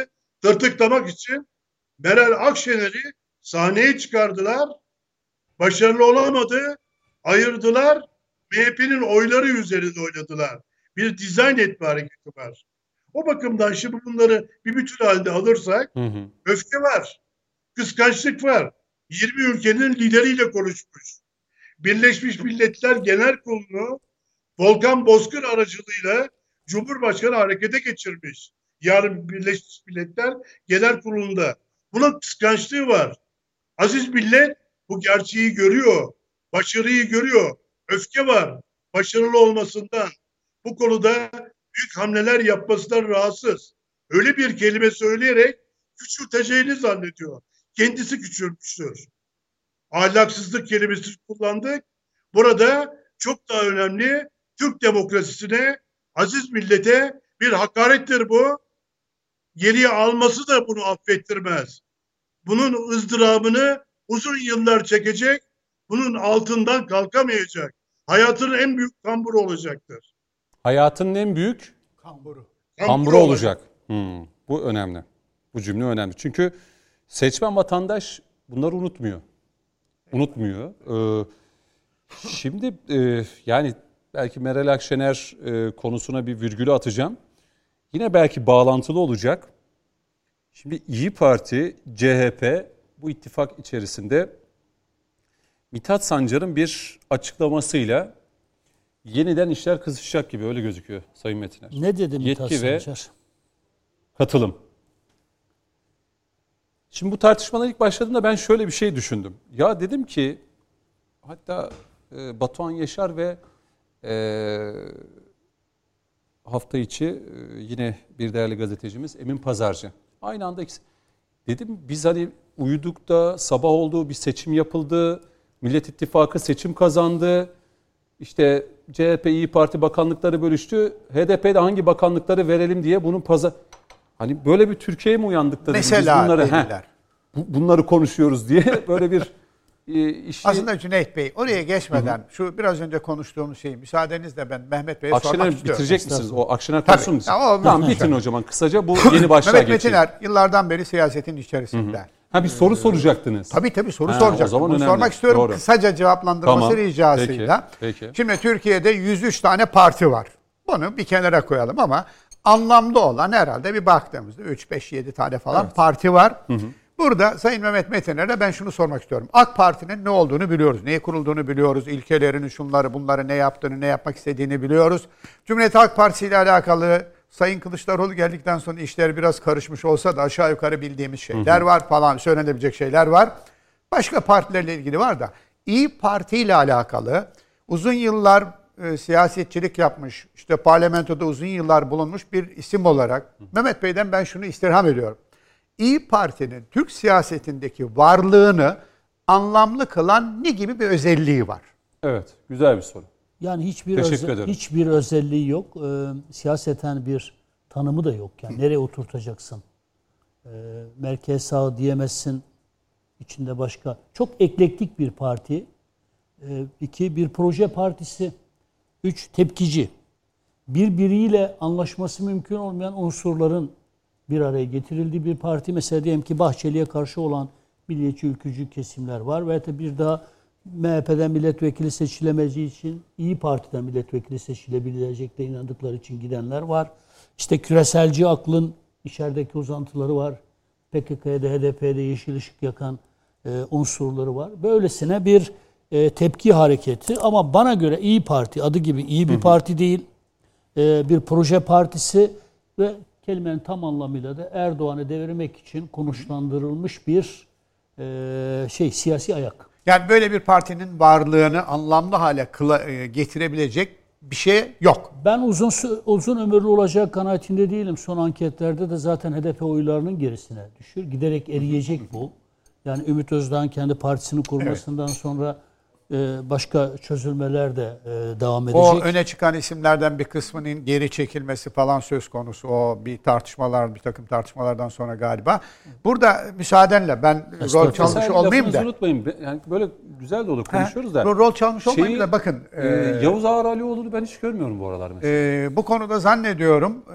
tırtıklamak için Meral Akşener'i sahneye çıkardılar. Başarılı olamadı. Ayırdılar. MHP'nin oyları üzerinde oynadılar. Bir dizayn etme hareketi var. O bakımdan şimdi bunları bir bütün halde alırsak öfke var. Kıskançlık var. 20 ülkenin lideriyle konuşmuş. Birleşmiş Milletler Genel Kurulu'nu Volkan Bozkır aracılığıyla Cumhurbaşkanı harekete geçirmiş. Yarın Birleşmiş Milletler Genel Kurulu'nda. Bunun kıskançlığı var. Aziz millet bu gerçeği görüyor. Başarıyı görüyor. Öfke var. Başarılı olmasından. Bu konuda büyük hamleler yapmasından rahatsız. Öyle bir kelime söyleyerek küçülteceğini zannediyor. Kendisi küçülmüştür. Ahlaksızlık kelimesini kullandık. Burada çok daha önemli Türk demokrasisine, aziz millete bir hakarettir bu. Geriye alması da bunu affettirmez. Bunun ızdırabını uzun yıllar çekecek, bunun altından kalkamayacak. Hayatının en büyük kamburu olacaktır. Hayatının en büyük kamburu olacak. Bu önemli. Bu cümle önemli. Çünkü seçmen vatandaş bunları unutmuyor. Şimdi yani belki Meral Akşener konusuna bir virgülü atacağım. Yine belki bağlantılı olacak. Şimdi İyi Parti, CHP bu ittifak içerisinde Mithat Sancar'ın bir açıklamasıyla yeniden işler kızışacak gibi öyle gözüküyor Sayın Metiner. Ne dedi Mithat Yetki ve Sancar? katılım. Şimdi bu tartışmalar ilk başladığında ben şöyle bir şey düşündüm. Ya dedim ki hatta Batuhan Yaşar ve hafta içi yine bir değerli gazetecimiz Emin Pazarcı. Aynı anda ikisi. Dedim biz hani uyuduk da sabah oldu, bir seçim yapıldı. Millet İttifakı seçim kazandı. İşte CHP, İyi Parti bakanlıkları bölüştü. HDP'de hangi bakanlıkları verelim diye bunun hani böyle bir Türkiye'ye mi uyandık da dedim. Mesela Biz bunları konuşuyoruz diye böyle bir işi... Aslında Cüneyt Bey oraya geçmeden şu biraz önce konuştuğumuz şeyi müsaadenizle ben Mehmet Bey'e sormak Akşener istiyorum. bitirecek misiniz? O Akşener konusunu mu? Tamam, bitirin o zaman kısaca bu yeni başlığa Mehmet geçelim. Metiner yıllardan beri siyasetin içerisinde. Bir soru soracaktınız. Tabii soru O soracaktım. zaman Bunu önemli. sormak istiyorum Doğru. kısaca cevaplandırması Tamam. ricasıyla. Peki. Şimdi Türkiye'de 103 tane parti var. Bunu bir kenara koyalım ama anlamda olan herhalde bir baktığımızda 3, 5, 7 tane falan parti var. Burada Sayın Mehmet Metiner'e ben şunu sormak istiyorum. AK Parti'nin ne olduğunu biliyoruz. Neye kurulduğunu biliyoruz. İlkelerini, şunları, bunları ne yaptığını, ne yapmak istediğini biliyoruz. Cumhuriyet Halk Partisi ile alakalı Sayın Kılıçdaroğlu geldikten sonra işler biraz karışmış olsa da aşağı yukarı bildiğimiz şeyler var falan. Söylenebilecek şeyler var. Başka partilerle ilgili var da İyi Parti ile alakalı uzun yıllar siyasetçilik yapmış, işte parlamentoda uzun yıllar bulunmuş bir isim olarak Mehmet Bey'den ben şunu istirham ediyorum. İyi Parti'nin Türk siyasetindeki varlığını anlamlı kılan ne gibi bir özelliği var? Evet, güzel bir soru. Yani ederim. hiçbir özelliği yok. Siyaseten bir tanımı da yok. Yani nereye oturtacaksın? Merkez sağ diyemezsin. İçinde başka. Çok eklektik bir parti. 2, bir proje partisi. 3, tepkici. Birbiriyle anlaşması mümkün olmayan unsurların bir araya getirildiği bir parti. Mesela diyelim ki Bahçeli'ye karşı olan milliyetçi ülkücü kesimler var. Ve bir daha MHP'den milletvekili seçilemeyeceği için İyi Parti'den milletvekili seçilebilecekte inandıkları için gidenler var. İşte küreselci aklın içerideki uzantıları var. PKK'ya da HDP'de yeşil ışık yakan unsurları var. Böylesine bir tepki hareketi ama bana göre İyi Parti adı gibi iyi bir parti değil. Bir proje partisi ve kelimenin tam anlamıyla da Erdoğan'ı devirmek için konuşlandırılmış bir siyasi ayak. Yani böyle bir partinin varlığını anlamlı hale getirebilecek bir şey yok. Ben uzun ömürlü olacağı kanaatinde değilim. Son anketlerde de zaten HDP oylarının gerisine düşür. Giderek eriyecek bu. Yani Ümit Özdağ'ın kendi partisini kurmasından sonra başka çözülmeler de devam edecek. O öne çıkan isimlerden bir kısmının geri çekilmesi falan söz konusu. O bir takım tartışmalardan sonra galiba. Burada müsaadenle ben rol çalmış olmayayım da. Unutmayın. Yani böyle güzel de olur konuşuyoruz da. Rol çalmış olmayayım da bakın. Yavuz Ağar Alioğlu'nu ben hiç görmüyorum bu aralar mesela. Bu konuda zannediyorum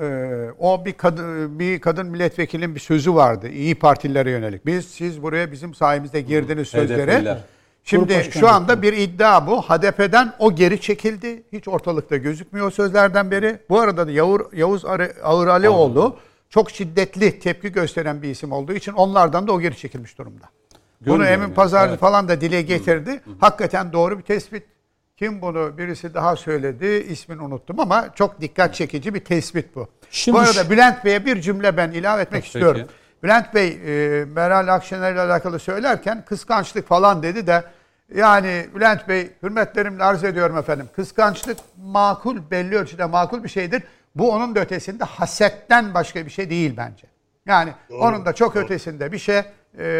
o bir kadın milletvekilinin bir sözü vardı. İyi Partililere yönelik. Siz buraya bizim sayemizde girdiniz sözleri. Şimdi şu anda bir iddia bu. HDP'den o geri çekildi. Hiç ortalıkta gözükmüyor o sözlerden beri. Bu arada da Yavuz Ağar Alioğlu çok şiddetli tepki gösteren bir isim olduğu için onlardan da o geri çekilmiş durumda. Bunu Emin Pazarcı falan da dile getirdi. Hakikaten doğru bir tespit. Kim bunu? Birisi daha söyledi. İsmini unuttum ama çok dikkat çekici bir tespit bu. Bu arada Bülent Bey'e bir cümle ben ilave etmek istiyorum. Bülent Bey Meral Akşener ile alakalı söylerken kıskançlık falan dedi de yani Bülent Bey hürmetlerimle arz ediyorum efendim. Kıskançlık makul, belli ölçüde makul bir şeydir. Bu onun da ötesinde hasetten başka bir şey değil bence. Yani doğru, onun da çok ötesinde bir şey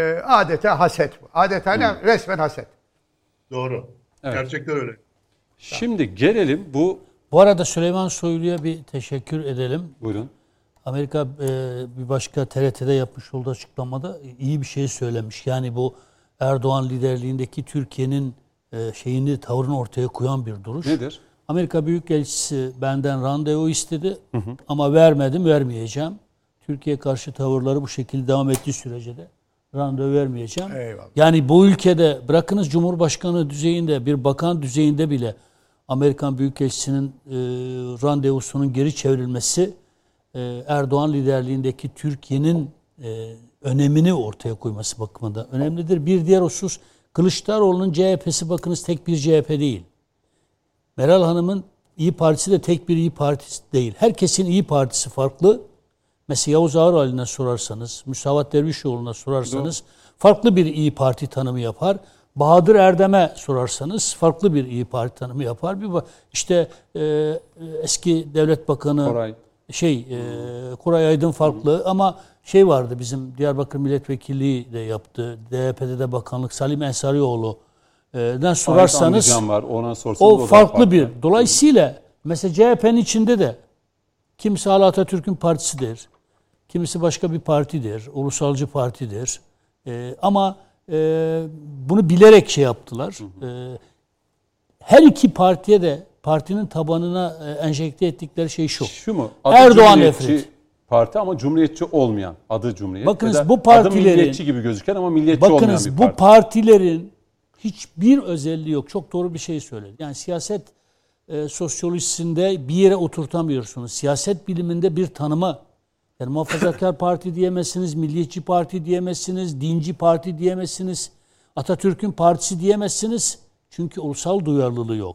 adeta haset bu. Adeta resmen haset. Doğru. Evet. Gerçekten öyle. Şimdi gelelim bu arada Süleyman Soylu'ya bir teşekkür edelim. Buyurun. Amerika bir başka TRT'de yapmış olduğu açıklamada iyi bir şey söylemiş. Yani bu Erdoğan liderliğindeki Türkiye'nin tavrını ortaya koyan bir duruş. Nedir? Amerika Büyükelçisi benden randevu istedi ama vermedim, vermeyeceğim. Türkiye karşı tavırları bu şekilde devam ettiği sürece de randevu vermeyeceğim. Eyvallah. Yani bu ülkede bırakınız Cumhurbaşkanı düzeyinde, bir bakan düzeyinde bile Amerikan Büyükelçisi'nin randevusunun geri çevrilmesi Erdoğan liderliğindeki Türkiye'nin önemini ortaya koyması bakımından önemlidir. Bir diğer husus Kılıçdaroğlu'nun CHP'si bakınız tek bir CHP değil. Meral Hanım'ın İYİ Partisi de tek bir İYİ Partisi değil. Herkesin İYİ Partisi farklı. Mesela Yavuz Ağar Ali'ne sorarsanız, Müsavat Dervişoğlu'na sorarsanız farklı bir İYİ Parti tanımı yapar. Bahadır Erdem'e sorarsanız farklı bir İYİ Parti tanımı yapar. İşte eski Devlet Bakanı Koray Aydın farklı ama vardı bizim Diyarbakır Milletvekilliği de yaptı. DYP'de de bakanlık Salim Ensarioğlu'dan sorarsanız var, ona o farklı bir. Dolayısıyla mesela CHP'nin içinde de kimisi hala Atatürk'ün partisidir. Kimisi başka bir partidir. Ulusalcı partidir. Ama bunu bilerek yaptılar. Her iki partiye de partinin tabanına enjekte ettikleri şey şu. Şu mu? Erdoğan nefret. Parti ama cumhuriyetçi olmayan, adı Cumhuriyet. Bakınız bu partilerin adı milliyetçi gibi gözüken ama milliyetçi olmayan bir parti. Bu partilerin hiçbir özelliği yok. Çok doğru bir şey söyledi. Yani siyaset sosyolojisinde bir yere oturtamıyorsunuz. Siyaset biliminde bir tanıma. Yani muhafazakar parti diyemezsiniz, milliyetçi parti diyemezsiniz, dinci parti diyemezsiniz, Atatürk'ün partisi diyemezsiniz. Çünkü ulusal duyarlılığı yok.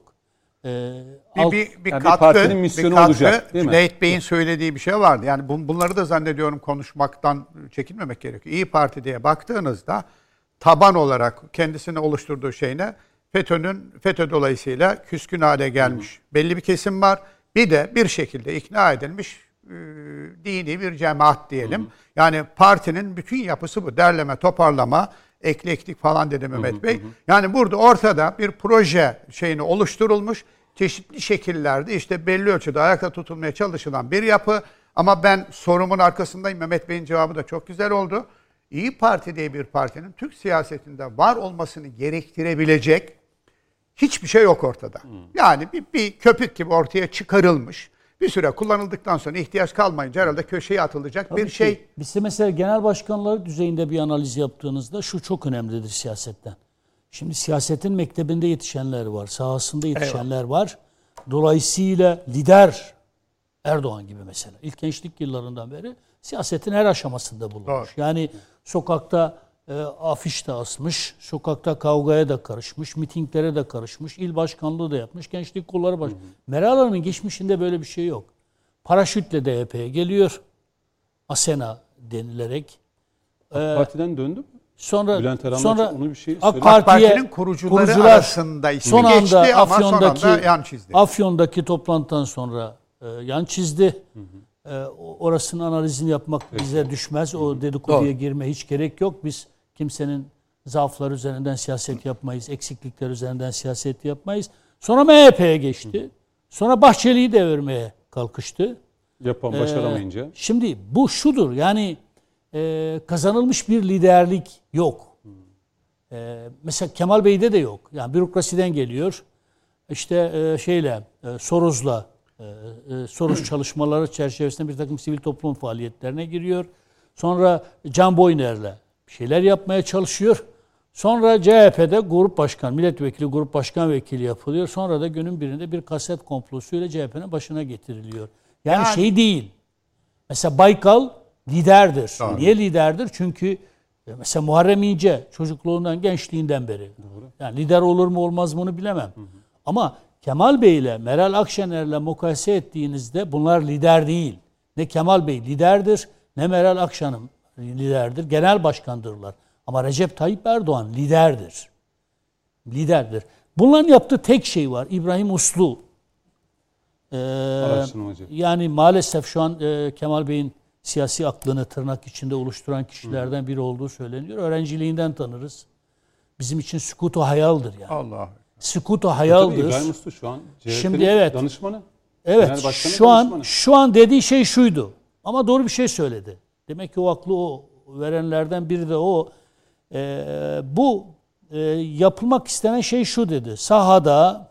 Bir partinin misyonu olacak, değil mi? Cüneyt Bey'in söylediği bir şey vardı. Yani bunları da zannediyorum konuşmaktan çekinmemek gerekiyor. İYİ Parti diye baktığınızda taban olarak kendisini oluşturduğu şeyine FETÖ dolayısıyla küskün hale gelmiş belli bir kesim var. Bir de bir şekilde ikna edilmiş dini bir cemaat diyelim. Yani partinin bütün yapısı bu. Derleme, toparlama, eklektik falan dedi Mehmet Bey. Yani burada ortada bir proje oluşturulmuş. Çeşitli şekillerde işte belli ölçüde ayakta tutulmaya çalışılan bir yapı. Ama ben sorumun arkasındayım. Mehmet Bey'in cevabı da çok güzel oldu. İYİ Parti diye bir partinin Türk siyasetinde var olmasını gerektirebilecek hiçbir şey yok ortada. Yani bir köpük gibi ortaya çıkarılmış. Bir süre kullanıldıktan sonra ihtiyaç kalmayınca herhalde köşeye atılacak tabii bir şey. Biz de mesela genel başkanları düzeyinde bir analiz yaptığınızda şu çok önemlidir siyasetten. Şimdi siyasetin mektebinde yetişenler var, sahasında yetişenler var. Dolayısıyla lider Erdoğan gibi mesela ilk gençlik yıllarından beri siyasetin her aşamasında bulunmuş. Doğru. Yani sokakta afiş de asmış, sokakta kavgaya da karışmış, mitinglere de karışmış, il başkanlığı da yapmış, gençlik kolları baş. Meral Hanım'ın geçmişinde böyle bir şey yok. Paraşütle DYP'ye geliyor, Asena denilerek. AK Parti'den döndü mü? Sonra onu bir şey AK Parti'nin kurucuları arasında son geçti anda ama Afyon'daki yan çizdi. Afyon'daki toplantıdan sonra yan çizdi. Orasının analizini yapmak bize düşmez. O dedikoduya girme hiç gerek yok. Biz kimsenin Zaaflar üzerinden siyaset yapmayız, eksiklikler üzerinden siyaset yapmayız. Sonra MHP'ye geçti. Sonra Bahçeli'yi devirmeye kalkıştı. Başaramayınca. Şimdi bu şudur, yani kazanılmış bir liderlik yok. Mesela Kemal Bey'de de yok. Yani bürokrasiden geliyor. İşte Soros'la Soros çalışmaları çerçevesinde bir takım sivil toplum faaliyetlerine giriyor. Sonra Can Boyner'le bir şeyler yapmaya çalışıyor. Sonra CHP'de grup başkan, milletvekili, grup başkan vekili yapılıyor. Sonra da günün birinde bir kaset komplosuyla CHP'nin başına getiriliyor. Yani şey değil. Mesela Baykal liderdir. Doğru. Niye liderdir? Çünkü mesela Muharrem İnce çocukluğundan, gençliğinden beri. Doğru. Yani lider olur mu olmaz mı onu bilemem. Ama Kemal Bey ile Meral Akşener'le mukayese ettiğinizde bunlar lider değil. Ne Kemal Bey liderdir, ne Meral Akşener liderdir. Genel başkandırlar. Ama Recep Tayyip Erdoğan liderdir. Liderdir. Bunların yaptığı tek şey var. İbrahim Uslu. Yani maalesef şu an Kemal Bey'in siyasi aklını tırnak içinde oluşturan kişilerden biri olduğu söyleniyor. Öğrenciliğinden tanırız. Bizim için sükutu hayaldir yani. Allah. Sükutu hayaldir. Tabii İbrahim Uslu şu an CHP'nin Şimdi evet. danışmanı. Evet. Şu an dediği şey şuydu. Ama doğru bir şey söyledi. Demek ki o aklı o verenlerden biri de o. Bu yapılmak istenen şey şu dedi. Sahada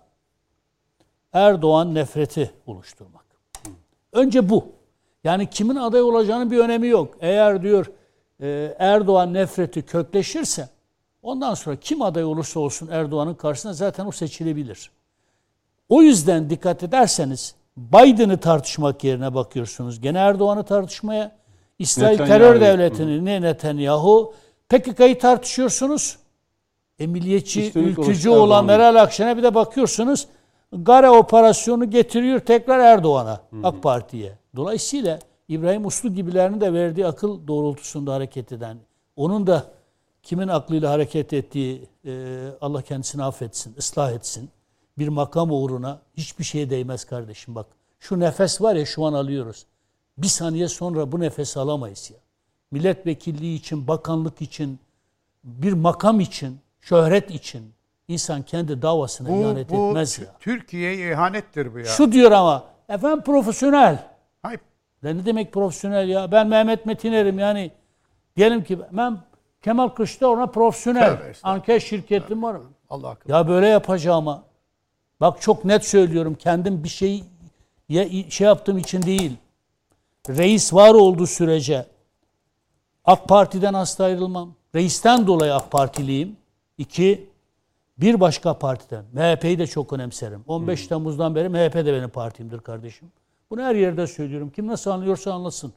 Erdoğan nefreti oluşturmak. Önce bu. Yani kimin aday olacağının bir önemi yok. Eğer diyor Erdoğan nefreti kökleşirse ondan sonra kim aday olursa olsun Erdoğan'ın karşısına zaten o seçilebilir. O yüzden dikkat ederseniz Biden'ı tartışmak yerine bakıyorsunuz. Gene Erdoğan'ı tartışmaya, İsrail terör devletini, Netanyahu, PKK'yı tartışıyorsunuz. Milliyetçi, ülkücü olan Meral Akşener'e bir de bakıyorsunuz. Gare operasyonu getiriyor tekrar Erdoğan'a, AK Parti'ye. Dolayısıyla İbrahim Uslu gibilerinin de verdiği akıl doğrultusunda hareket eden, onun da kimin aklıyla hareket ettiği Allah kendisini affetsin, ıslah etsin. Bir makam uğruna hiçbir şeye değmez kardeşim bak. Şu nefes var ya şu an alıyoruz. Bir saniye sonra bu nefesi alamayız ya. Milletvekilliği için, bakanlık için, bir makam için, şöhret için insan kendi davasına ihanet etmez ya. Türkiye'ye ihanettir bu ya. Şu diyor ama efendim profesyonel. Hayır. Ne demek profesyonel ya? Ben Mehmet Metiner'im yani. Diyelim ki ben Kemal Kılıçdaroğlu'na profesyonel. Anket şirketim var. Allah akıl. Ya böyle yapacağıma. Bak çok net söylüyorum. Kendim bir şey yaptığım için değil. Reis var olduğu sürece AK Parti'den asla ayrılmam. Reisten dolayı AK Partiliyim. 2. Bir başka partiden. MHP'yi de çok önemserim. 15 Temmuz'dan beri MHP de benim partimdir kardeşim. Bunu her yerde söylüyorum. Kim nasıl anlıyorsa anlasın.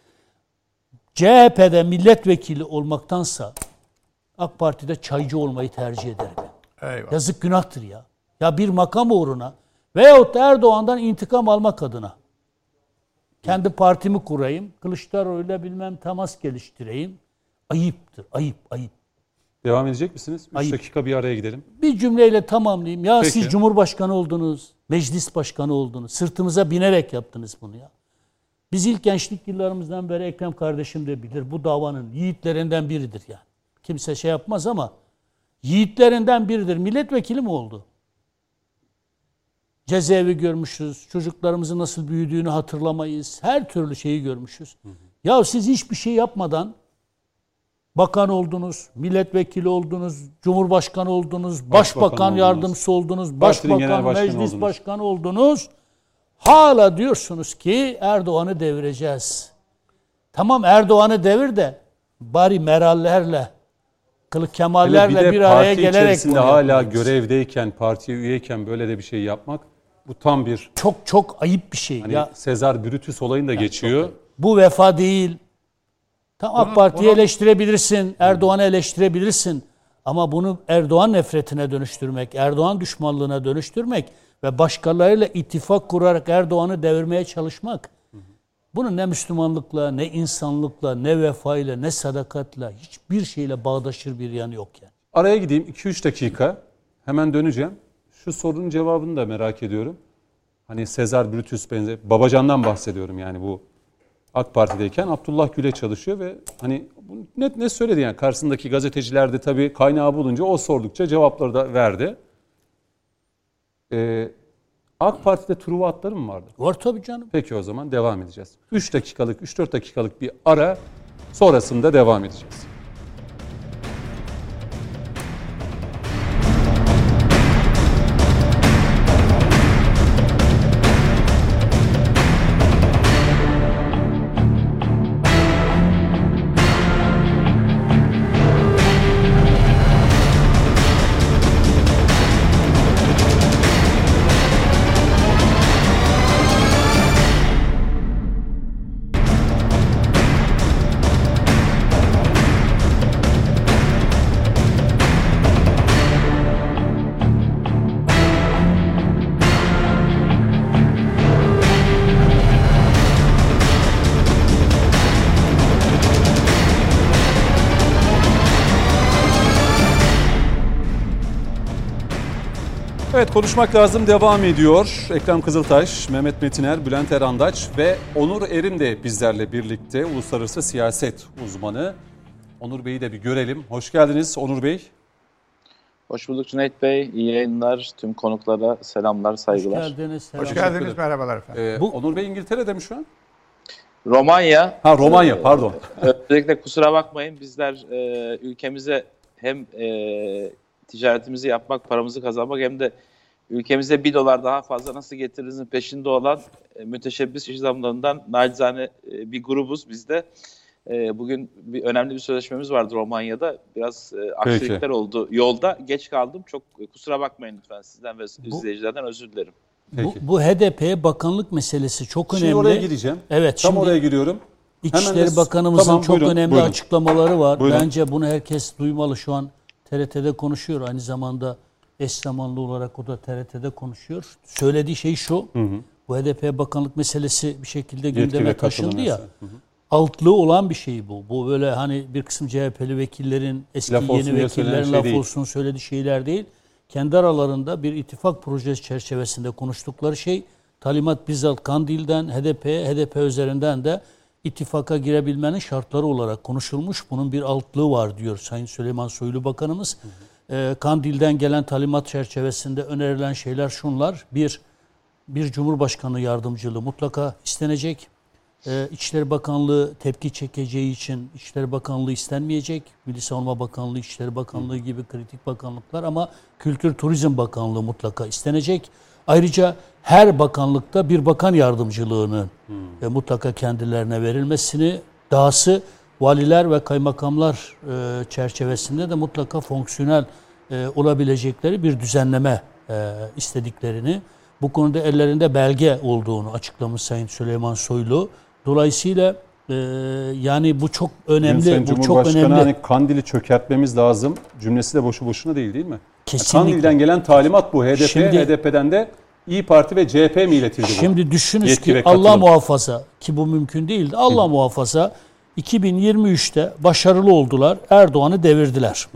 CHP'de milletvekili olmaktansa AK Parti'de çaycı olmayı tercih ederim. Eyvallah. Yazık günahtır ya. Ya bir makam uğruna veyahut da Erdoğan'dan intikam almak adına kendi partimi kurayım, Kılıçdaroğlu'yla bilmem temas geliştireyim. Ayıptır, ayıp. Devam edecek misiniz? 3 Ayıp. dakika bir araya gidelim. Bir cümleyle tamamlayayım. Ya Peki. siz Cumhurbaşkanı oldunuz, meclis başkanı oldunuz. Sırtımıza binerek yaptınız bunu ya. Biz ilk gençlik yıllarımızdan beri Ekrem kardeşim de bilir. Bu davanın yiğitlerinden biridir yani. Kimse şey yapmaz ama yiğitlerinden biridir. Milletvekili mi oldu? Cezaevi görmüşüz. Çocuklarımızın nasıl büyüdüğünü hatırlamayız. Her türlü şeyi görmüşüz. Ya siz hiçbir şey yapmadan bakan oldunuz, milletvekili oldunuz, cumhurbaşkanı oldunuz, başbakan yardımcısı oldunuz, başbakan, meclis başkanı oldunuz. Hala diyorsunuz ki Erdoğan'ı devireceğiz. Tamam Erdoğan'ı devir de bari Merallerle, Kılık Kemallerle bir araya gelerek parti içerisinde hala görevdeyken, partiye üyeyken böyle de bir şey yapmak bu tam bir çok ayıp bir şey. Hani ya Sezar Brutus olayını da geçiyor. Bu vefa değil. AK Parti'yi eleştirebilirsin, Erdoğan'ı eleştirebilirsin. Ama bunu Erdoğan nefretine dönüştürmek, Erdoğan düşmanlığına dönüştürmek ve başkalarıyla ittifak kurarak Erdoğan'ı devirmeye çalışmak. Bunun ne Müslümanlıkla, ne insanlıkla, ne vefayla, ne sadakatla, hiçbir şeyle bağdaşır bir yanı yok yani. Araya gideyim 2-3 dakika. Hemen döneceğim. Şu sorunun cevabını da merak ediyorum. Hani Sezar Brutus benzer, Babacan'dan bahsediyorum yani bu AK Parti'deyken Abdullah Gül'e çalışıyor ve hani ne söyledi yani karşısındaki gazeteciler de tabii kaynağı bulunca o sordukça cevapları da verdi. AK Parti'de Truva atları mı vardı? Var tabii canım. Peki o zaman devam edeceğiz. 3-4 dakikalık bir ara, sonrasında devam edeceğiz. Evet, konuşmak lazım devam ediyor. Ekrem Kızıltaş, Mehmet Metiner, Bülent Erandaç ve Onur Erim de bizlerle birlikte, uluslararası siyaset uzmanı. Onur Bey'i de bir görelim. Hoş geldiniz Onur Bey. Hoş bulduk Cüneyt Bey. İyi yayınlar. Tüm konuklara selamlar, saygılar. Hoş geldiniz. Hoş geldiniz, merhabalar efendim. Onur Bey İngiltere'de mi şu an? Romanya. Romanya, pardon. Özellikle kusura bakmayın, bizler ülkemize hem ticaretimizi yapmak, paramızı kazanmak hem de ülkemize $1 daha fazla nasıl getirinizin peşinde olan müteşebbis iş adamlarından nacizane bir grubuz biz de. Bugün önemli bir sözleşmemiz vardı Romanya'da. Biraz aksilikler oldu yolda. Geç kaldım. Çok kusura bakmayın lütfen, sizden ve izleyicilerden özür dilerim. Bu HDP bakanlık meselesi çok önemli. Şimdi oraya gireceğim. Evet, Tam şimdi oraya giriyorum. İçişleri Bakanımızın Tamam, çok önemli buyurun. açıklamaları var. Buyurun. Bence bunu herkes duymalı. Şu an TRT'de konuşuyor. Aynı zamanda eş zamanlı olarak o da TRT'de konuşuyor. Söylediği şey şu. Bu HDP bakanlık meselesi bir şekilde gündeme taşındı ya. Altlığı olan bir şey bu. Bu böyle hani bir kısım CHP'li vekillerin, eski yeni vekillerin laf olsun söylediği şeyler değil. Kendi aralarında bir ittifak projesi çerçevesinde konuştukları şey, talimat bizzat Kandil'den HDP üzerinden de ittifaka girebilmenin şartları olarak konuşulmuş. Bunun bir altlığı var diyor Sayın Süleyman Soylu Bakanımız. Kandil'den gelen talimat çerçevesinde önerilen şeyler şunlar. Bir Cumhurbaşkanı yardımcılığı mutlaka istenecek. İçişleri Bakanlığı tepki çekeceği için İçişleri Bakanlığı istenmeyecek. Milli Savunma Bakanlığı, İçişleri Bakanlığı gibi kritik bakanlıklar, ama Kültür Turizm Bakanlığı mutlaka istenecek. Ayrıca her bakanlıkta bir bakan yardımcılığının mutlaka kendilerine verilmesini, dahası valiler ve kaymakamlar çerçevesinde de mutlaka fonksiyonel olabilecekleri bir düzenleme istediklerini, bu konuda ellerinde belge olduğunu açıklamış Sayın Süleyman Soylu. Dolayısıyla yani bu çok önemli. Sayın bu çok Cumhurbaşkanı önemli. hani Kandil'i çökertmemiz lazım cümlesi de boşu boşuna değil mi? Kesinlikle. Kandil'den gelen talimat bu. HDP'den de İyi Parti ve CHP mi iletildi bu? Şimdi düşünün Yetki ki ve katılım. Allah muhafaza, ki bu mümkün değildi. Allah muhafaza 2023'te başarılı oldular. Erdoğan'ı devirdiler.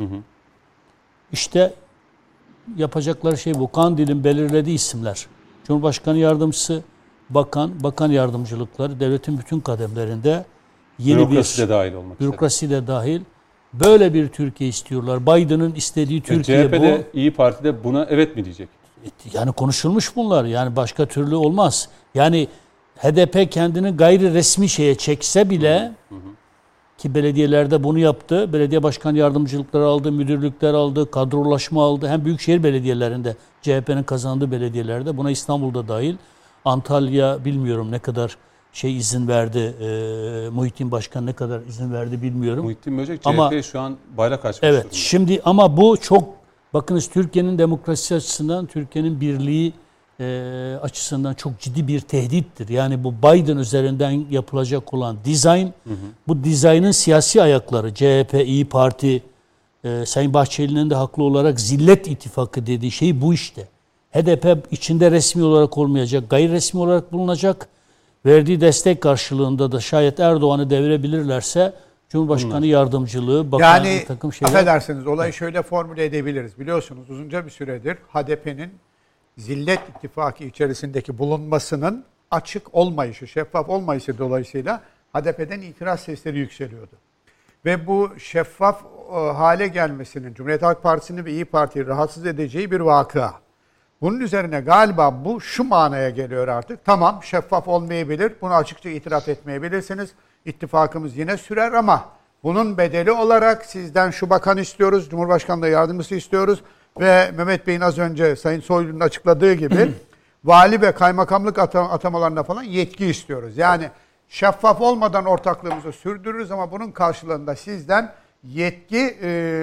İşte yapacakları şey bu. Kandil'in belirlediği isimler. Cumhurbaşkanı yardımcısı, bakan yardımcılıkları devletin bütün kademlerinde yeni Bürokrasi de dahil olmak üzere. bürokrasi de dahil böyle bir Türkiye istiyorlar. Biden'ın istediği Türkiye CHP'de, bu. İyi Parti'de buna evet mi diyecek? Yani konuşulmuş bunlar. Yani başka türlü olmaz. Yani HDP kendini gayri resmi şeye çekse bile ki belediyelerde bunu yaptı. Belediye başkan yardımcılıkları aldı, müdürlükler aldı, kadrolaşma aldı. Hem büyükşehir belediyelerinde, CHP'nin kazandığı belediyelerde, buna İstanbul'da dahil. Antalya bilmiyorum ne kadar izin verdi. Muhittin Başkan ne kadar izin verdi bilmiyorum. Muhittin Böcek Ama CHP şu an bayrak açmış evet, durumda. şimdi ama bu çok, bakınız Türkiye'nin demokrasi açısından, Türkiye'nin birliği açısından çok ciddi bir tehdittir. Yani bu Biden üzerinden yapılacak olan dizayn, bu dizaynın siyasi ayakları, CHP, İyi Parti, Sayın Bahçeli'nin de haklı olarak zillet ittifakı dediği şey bu işte. HDP içinde resmi olarak olmayacak, gayri resmi olarak bulunacak. Verdiği destek karşılığında da şayet Erdoğan'ı devirebilirlerse Cumhurbaşkanı yardımcılığı, bakanlık, yani, takım şeyler. affedersiniz, olayı şöyle formüle edebiliriz. Biliyorsunuz uzunca bir süredir HDP'nin Zillet İttifakı içerisindeki bulunmasının açık olmayışı, şeffaf olmayışı dolayısıyla HDP'den itiraz sesleri yükseliyordu. Ve bu şeffaf hale gelmesinin Cumhuriyet Halk Partisi'ni ve İYİ Parti'yi rahatsız edeceği bir vakıa. Bunun üzerine galiba bu şu manaya geliyor artık. Tamam, şeffaf olmayabilir. Bunu açıkça itiraf etmeyebilirsiniz. İttifakımız yine sürer ama bunun bedeli olarak sizden şu bakan istiyoruz, Cumhurbaşkanlığı yardımcısı istiyoruz ve Mehmet Bey'in az önce Sayın Soylu'nun açıkladığı gibi vali ve kaymakamlık atamalarına falan yetki istiyoruz. Yani şeffaf olmadan ortaklığımızı sürdürürüz ama bunun karşılığında sizden yetki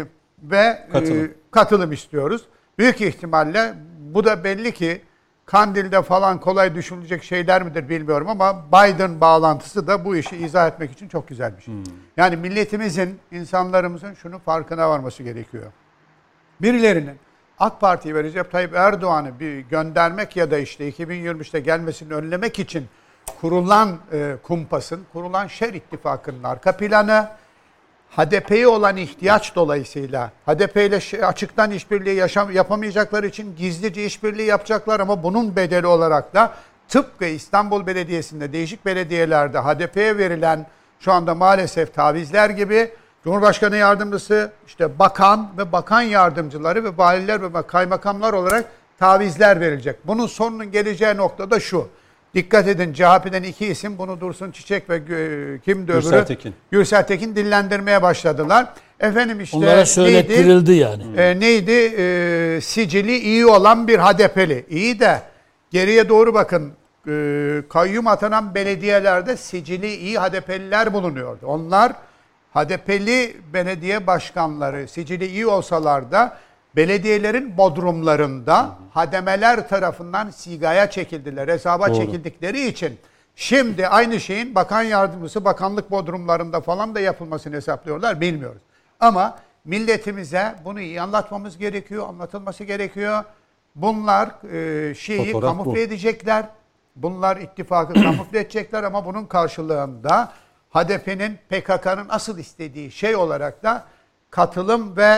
ve katılım istiyoruz. Büyük ihtimalle bu da belli ki Kandil'de falan kolay düşünülecek şeyler midir bilmiyorum ama Biden bağlantısı da bu işi izah etmek için çok güzel bir şey. Yani milletimizin, insanlarımızın şunun farkına varması gerekiyor. Birilerinin AK Parti ve Recep Tayyip Erdoğan'ı bir göndermek ya da işte 2023'te gelmesini önlemek için kurulan kumpasın, kurulan şer ittifakının arka planı, HDP'ye olan ihtiyaç dolayısıyla HDP ile açıktan işbirliği yapamayacakları için gizlice işbirliği yapacaklar ama bunun bedeli olarak da tıpkı İstanbul Belediyesi'nde değişik belediyelerde HDP'ye verilen şu anda maalesef tavizler gibi Cumhurbaşkanı yardımcısı, işte bakan ve bakan yardımcıları ve valiler ve kaymakamlar olarak tavizler verilecek. Bunun sonunun geleceği nokta da şu. Dikkat edin, CHP'den 2 isim, bunu Dursun Çiçek ve kimdi öbürü? Gürsel Tekin. Gürsel Tekin dillendirmeye başladılar. Efendim işte onlara söylettirildi yani. Neydi? Sicili iyi olan bir HDP'li. İyi de geriye doğru bakın. Kayyum atanan belediyelerde sicili iyi HDP'liler bulunuyordu. Onlar HDP'li belediye başkanları sicili iyi olsalar da belediyelerin bodrumlarında hademeler tarafından sigaya çekildiler, hesaba çekildikleri için şimdi aynı şeyin bakan yardımcısı bakanlık bodrumlarında falan da yapılmasını hesaplıyorlar, bilmiyoruz. Ama milletimize bunu iyi anlatmamız gerekiyor, anlatılması gerekiyor. Bunlar Şii'yi kamufle edecekler, bunlar ittifakı kamufle edecekler ama bunun karşılığında HDP'nin, PKK'nın asıl istediği şey olarak da katılım ve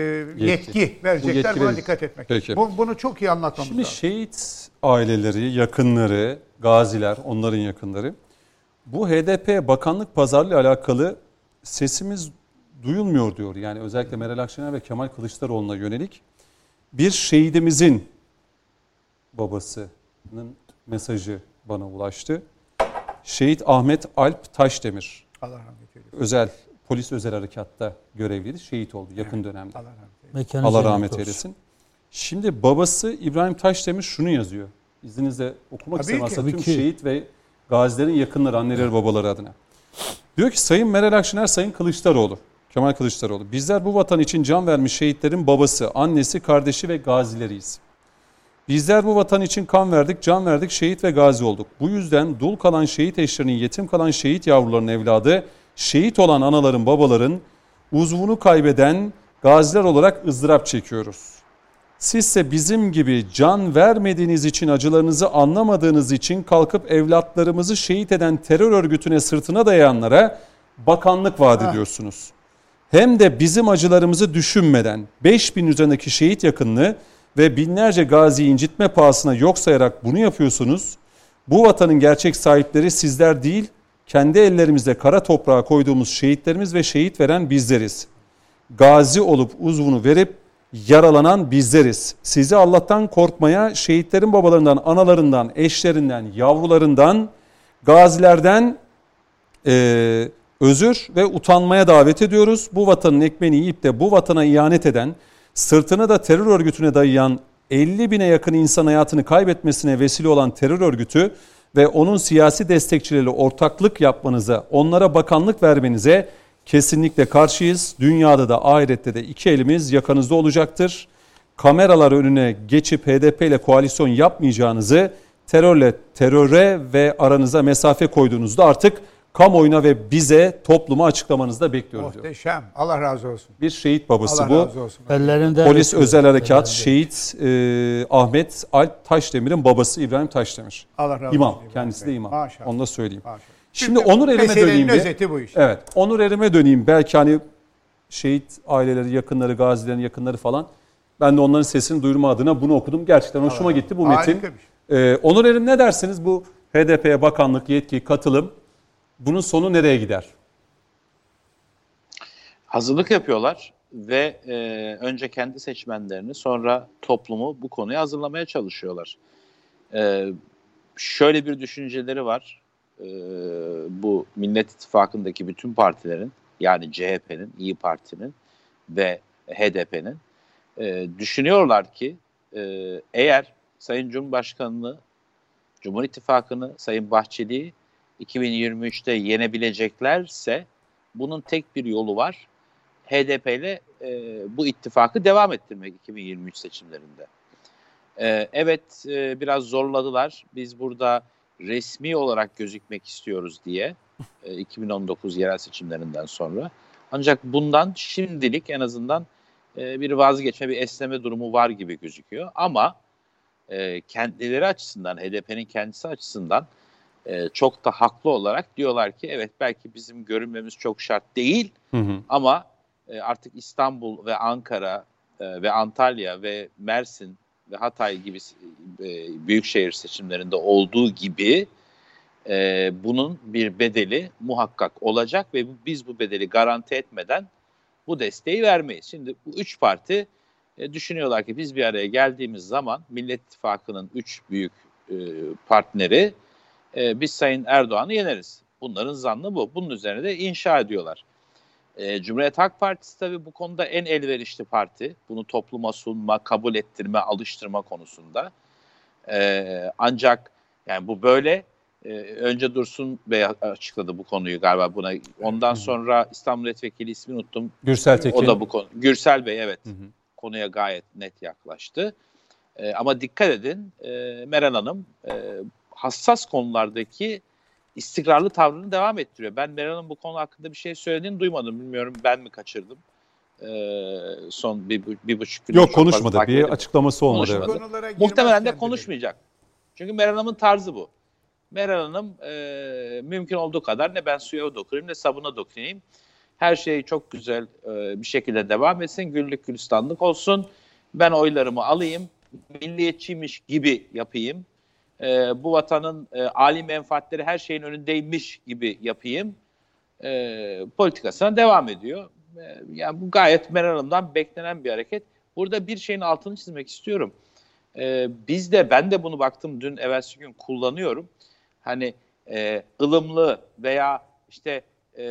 yetki verecekler. Buna dikkat etmek. Peki. Bunu çok iyi anlatmamız lazım. Şimdi şehit aileleri, yakınları, gaziler, onların yakınları bu HDP bakanlık pazarlığı alakalı sesimiz duyulmuyor diyor. Yani özellikle Meral Akşener ve Kemal Kılıçdaroğlu'na yönelik bir şehidimizin babasının mesajı bana ulaştı. Şehit Ahmet Alp Taşdemir. Allah rahmet eylesin. Polis özel harekatta görevliydi. Şehit oldu yakın dönemde. Allah Allah rahmet eylesin. Şimdi babası İbrahim Taşdemir şunu yazıyor. İzninizle okumak isterim aslında tüm şehit ve gazilerin yakınları, anneleri, babaları adına. Diyor ki Sayın Meral Akşener, Sayın Kılıçdaroğlu, Kemal Kılıçdaroğlu. Bizler bu vatan için can vermiş şehitlerin babası, annesi, kardeşi ve gazileriyiz. Bizler bu vatan için kan verdik, can verdik, şehit ve gazi olduk. Bu yüzden dul kalan şehit eşlerinin, yetim kalan şehit yavrularının evladı, şehit olan anaların, babaların, uzvunu kaybeden gaziler olarak ızdırap çekiyoruz. Sizse bizim gibi can vermediğiniz için, acılarınızı anlamadığınız için kalkıp evlatlarımızı şehit eden terör örgütüne sırtına dayayanlara bakanlık vaat ediyorsunuz. Hem de bizim acılarımızı düşünmeden 5000 üzerindeki şehit yakınını ve binlerce gaziyi incitme pahasına yok sayarak bunu yapıyorsunuz. Bu vatanın gerçek sahipleri sizler değil, kendi ellerimizle kara toprağa koyduğumuz şehitlerimiz ve şehit veren bizleriz. Gazi olup uzvunu verip yaralanan bizleriz. Sizi Allah'tan korkmaya, şehitlerin babalarından, analarından, eşlerinden, yavrularından, gazilerden özür ve utanmaya davet ediyoruz. Bu vatanın ekmeğini yiyip de bu vatana ihanet eden, sırtını da terör örgütüne dayayan 50 bine yakın insan hayatını kaybetmesine vesile olan terör örgütü ve onun siyasi destekçileriyle ortaklık yapmanıza, onlara bakanlık vermenize kesinlikle karşıyız. Dünyada da ahirette de iki elimiz yakanızda olacaktır. Kameralar önüne geçip HDP ile koalisyon yapmayacağınızı, teröre ve aranıza mesafe koyduğunuzda artık kamuoyuna ve bize, topluma açıklamanızı da bekliyoruz. Muhteşem. Diyor. Allah razı olsun. Bir şehit babası Allah bu. Razı olsun. Polis özel harekat şehit Ahmet Alp Taşdemir'in babası İbrahim Taşdemir. Allah razı olsun. İmam. Kendisi de imam. Maşallah. Onu da söyleyeyim. Maşallah. Şimdi Onur Erim'e döneyim. Özeti bu işte. Evet. Onur Erim'e döneyim. Belki hani şehit aileleri, yakınları, gazilerin yakınları falan. Ben de onların sesini duyurma adına bunu okudum. Gerçekten hoşuma gitti bu metin. Şey. Onur Erim, ne dersiniz bu HDP'ye bakanlık, yetki, katılım? Bunun sonu nereye gider? Hazırlık yapıyorlar ve önce kendi seçmenlerini, sonra toplumu bu konuya hazırlamaya çalışıyorlar. Şöyle bir düşünceleri var. Bu Millet İttifakı'ndaki bütün partilerin, yani CHP'nin, İYİ Parti'nin ve HDP'nin düşünüyorlar ki eğer Sayın Cumhurbaşkanı'nı, Cumhur İttifakı'nı, Sayın Bahçeli'yi 2023'te yenebileceklerse bunun tek bir yolu var. HDP ile bu ittifakı devam ettirmek 2023 seçimlerinde. Evet, biraz zorladılar. Biz burada resmi olarak gözükmek istiyoruz diye 2019 yerel seçimlerinden sonra. Ancak bundan şimdilik en azından bir vazgeçme, bir esneme durumu var gibi gözüküyor. Ama kendileri açısından, HDP'nin kendisi açısından çok da haklı olarak diyorlar ki evet, belki bizim görünmemiz çok şart değil ama artık İstanbul ve Ankara ve Antalya ve Mersin ve Hatay gibi büyükşehir seçimlerinde olduğu gibi bunun bir bedeli muhakkak olacak ve biz bu bedeli garanti etmeden bu desteği vermeyiz. Şimdi bu üç parti düşünüyorlar ki biz bir araya geldiğimiz zaman Millet İttifakı'nın üç büyük partneri biz Sayın Erdoğan'ı yeneriz. Bunların zannı bu. Bunun üzerine de inşa ediyorlar. Cumhuriyet Halk Partisi tabii bu konuda en elverişli parti. Bunu topluma sunma, kabul ettirme, alıştırma konusunda. Ancak yani bu böyle. Önce Dursun Bey açıkladı bu konuyu galiba buna. Ondan sonra İstanbul Milletvekili, ismini unuttum. Gürsel Tekin. O da bu konu. Gürsel Bey, evet. Konuya gayet net yaklaştı. Ama dikkat edin, Meral Hanım hassas konulardaki istikrarlı tavrını devam ettiriyor. Ben Meral Hanım bu konu hakkında bir şey söylediğini duymadım. Bilmiyorum, ben mi kaçırdım? Son bir buçuk gün. Yok, konuşmadı. Bir açıklaması olmadı. Evet. Muhtemelen de konuşmayacak. Çünkü Meral Hanım'ın tarzı bu. Meral Hanım mümkün olduğu kadar ne ben suya dokunayım ne sabuna dokunayım. Her şey çok güzel bir şekilde devam etsin. Güllük gülistanlık olsun. Ben oylarımı alayım. Milliyetçiymiş gibi yapayım. Bu vatanın âli menfaatleri her şeyin önündeymiş gibi yapayım. Politikasına devam ediyor. Yani bu gayet Meral Hanım'dan beklenen bir hareket. Burada bir şeyin altını çizmek istiyorum. Ben de bunu baktım dün evvelsi gün kullanıyorum. Hani ılımlı veya işte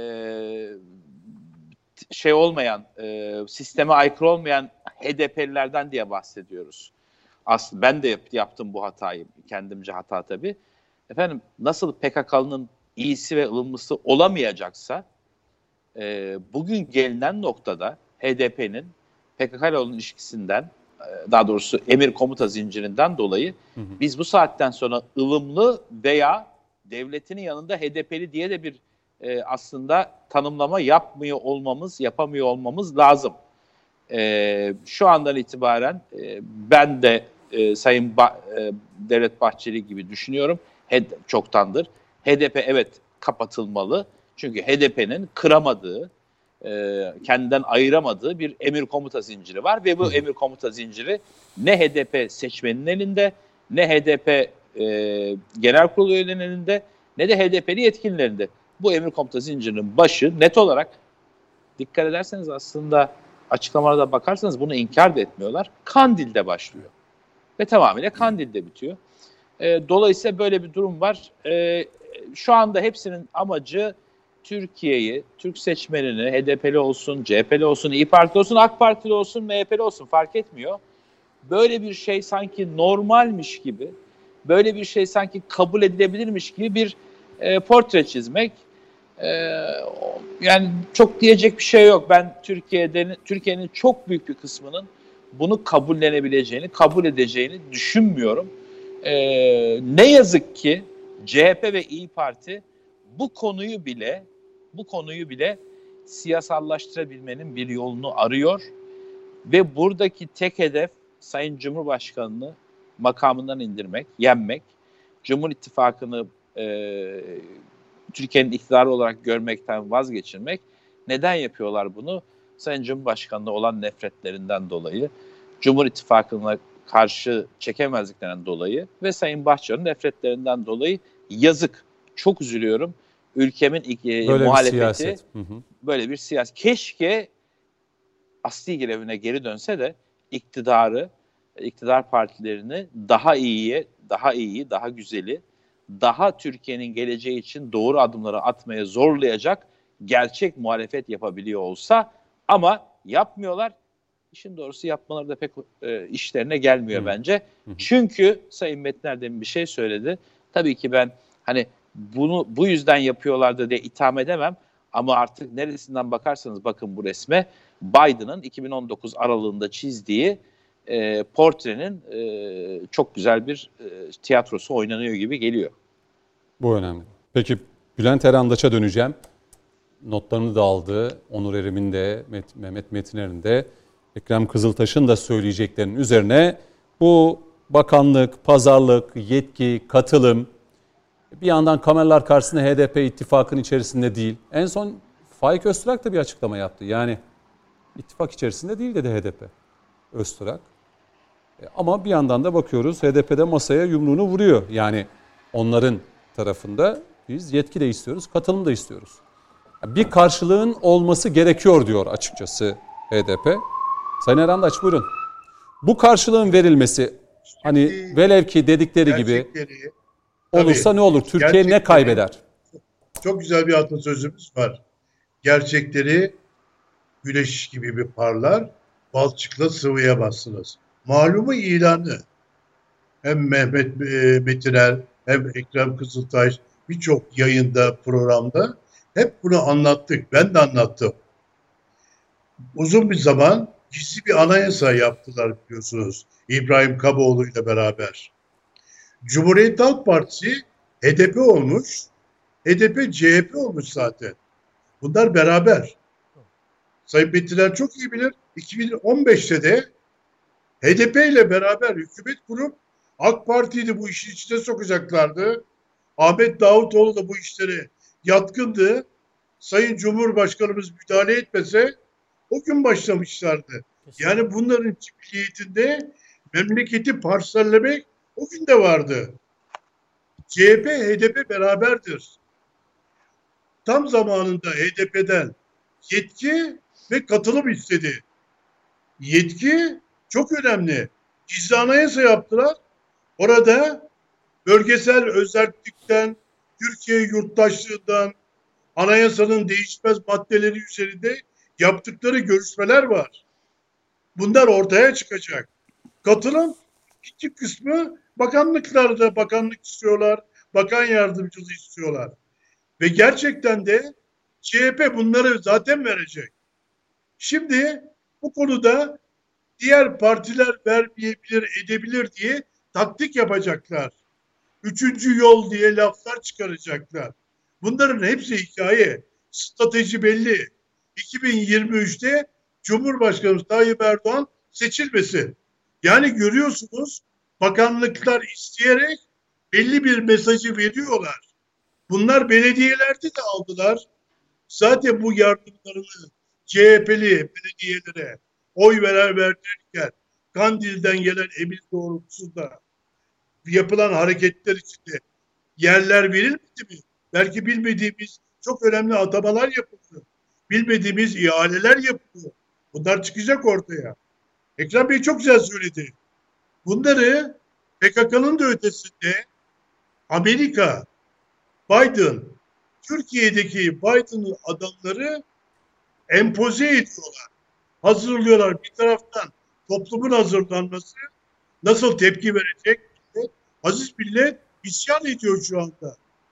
olmayan, sisteme aykırı olmayan HDP'lilerden diye bahsediyoruz. Aslında ben de yaptım bu hatayı, kendimce hata tabii. Efendim, nasıl PKK'nın iyisi ve ılımlısı olamayacaksa bugün gelinen noktada HDP'nin PKK ile olan ilişkisinden, daha doğrusu emir komuta zincirinden dolayı biz bu saatten sonra ılımlı veya devletinin yanında HDP'li diye de bir aslında tanımlama yapamıyor olmamız lazım. Şu andan itibaren ben de Sayın Devlet Bahçeli gibi düşünüyorum. Çoktandır. HDP evet kapatılmalı. Çünkü HDP'nin kıramadığı, kendinden ayıramadığı bir emir komuta zinciri var ve bu emir komuta zinciri ne HDP seçmenin elinde, ne HDP genel kurulu üyelerinin elinde, ne de HDP'li yetkililerin elinde. Bu emir komuta zincirinin başı net olarak, dikkat ederseniz aslında açıklamalarda bakarsanız bunu inkar da etmiyorlar, Kandil'de başlıyor ve tamamıyla Kandil'de bitiyor. Dolayısıyla böyle bir durum var. Şu anda hepsinin amacı Türkiye'yi, Türk seçmenini, HDP'li olsun, CHP'li olsun, İYİ Parti olsun, AK Partili olsun, MHP'li olsun fark etmiyor. Böyle bir şey sanki normalmiş gibi, böyle bir şey sanki kabul edilebilirmiş gibi bir portre çizmek. Yani çok diyecek bir şey yok. Ben Türkiye'nin çok büyük bir kısmının bunu kabullenebileceğini, kabul edeceğini düşünmüyorum. Ne yazık ki CHP ve İYİ Parti bu konuyu bile siyasallaştırabilmenin bir yolunu arıyor ve buradaki tek hedef Sayın Cumhurbaşkanı'nı makamından indirmek, yenmek, Cumhur İttifakı'nı Türkiye'nin iktidarı olarak görmekten vazgeçirmek. Neden yapıyorlar bunu? Sayın Cumhurbaşkanı'na olan nefretlerinden dolayı, Cumhur İttifakı'na karşı çekemezliklerinden dolayı ve Sayın Bahçeli'nin nefretlerinden dolayı. Yazık. Çok üzülüyorum. ülkemin Böyle bir muhalefeti siyaset. böyle bir siyaset. Keşke asli görevine geri dönse de iktidar partilerini daha iyi, daha güzeli, daha Türkiye'nin geleceği için doğru adımları atmaya zorlayacak gerçek muhalefet yapabiliyor olsa, ama yapmıyorlar. İşin doğrusu yapmaları da pek işlerine gelmiyor bence. Çünkü Sayın Metner demin bir şey söyledi. Tabii ki ben hani bunu bu yüzden yapıyorlardı diye itham edemem. Ama artık neresinden bakarsanız bakın bu resme, Biden'ın 2019 aralığında çizdiği portrenin çok güzel bir tiyatrosu oynanıyor gibi geliyor. Bu önemli. Peki Bülent Erandaç'a döneceğim. Notlarını da aldı. Onur Erim'in de, Mehmet Metiner'in de, Ekrem Kızıltaş'ın da söyleyeceklerinin üzerine bu bakanlık, pazarlık, yetki, katılım, bir yandan kameralar karşısında HDP ittifakın içerisinde değil. En son Faik Öztürk da bir açıklama yaptı. Yani ittifak içerisinde değil dedi HDP. Öztürk. Ama bir yandan da bakıyoruz HDP'de masaya yumruğunu vuruyor. Yani onların tarafında biz yetki de istiyoruz, katılım da istiyoruz. Bir karşılığın olması gerekiyor diyor açıkçası HDP. Sayın Erandaç buyurun. Bu karşılığın verilmesi, hani velev ki dedikleri gibi olursa ne olur? Türkiye ne kaybeder? Çok güzel bir atasözümüz var. Gerçekleri güneş gibi bir parlar, balçıkla sıvayamazsınız. Malumu ilanı hem Mehmet Metiner hem Ekrem Kızıltaş birçok yayında, programda hep bunu anlattık. Ben de anlattım. Uzun bir zaman gizli bir anayasa yaptılar biliyorsunuz. İbrahim Kaboğlu ile beraber. Cumhuriyet Halk Partisi HDP olmuş. HDP CHP olmuş zaten. Bunlar beraber. Sayın Bettiler çok iyi bilir. 2015'te de HDP ile beraber hükümet kurup AK Parti'yi de bu işin içine sokacaklardı. Ahmet Davutoğlu da bu işlere yatkındı. Sayın Cumhurbaşkanımız müdahale etmese o gün başlamışlardı. Yani bunların cibiliyetinde memleketi parsellemek o gün de vardı. CHP, HDP beraberdir. Tam zamanında HDP'den yetki ve katılım istedi. Yetki çok önemli. Gizli anayasa yaptılar. Orada bölgesel özellikten, Türkiye yurttaşlığından, anayasanın değişmez maddeleri üzerinde yaptıkları görüşmeler var. Bunlar ortaya çıkacak. Katılım ikinci kısmı, bakanlıklarda bakanlık istiyorlar, bakan yardımcılığı istiyorlar. Ve gerçekten de CHP bunları zaten verecek. Şimdi bu konuda diğer partiler vermeyebilir, edebilir diye taktik yapacaklar. Üçüncü yol diye laflar çıkaracaklar. Bunların hepsi hikaye. Strateji belli. 2023'te Cumhurbaşkanı Tayyip Erdoğan seçilmesi. Yani görüyorsunuz, bakanlıklar isteyerek belli bir mesajı veriyorlar. Bunlar belediyelerde de aldılar. Zaten bu yardımlarını CHP'li belediyelere oy verirken Kandil'den gelen emir doğrultusunda yapılan hareketler içinde yerler verilmedi mi? Belki bilmediğimiz çok önemli atamalar yapılıyor. Bilmediğimiz ihaleler yapılıyor. Bunlar çıkacak ortaya. Ekrem Bey çok güzel söyledi. Bunları PKK'nın da ötesinde Amerika, Biden, Türkiye'deki Biden'ın adamları empoze ediyorlar. Hazırlıyorlar. Bir taraftan toplumun hazırlanması, nasıl tepki verecek? Aziz millet isyan ediyor şu anda.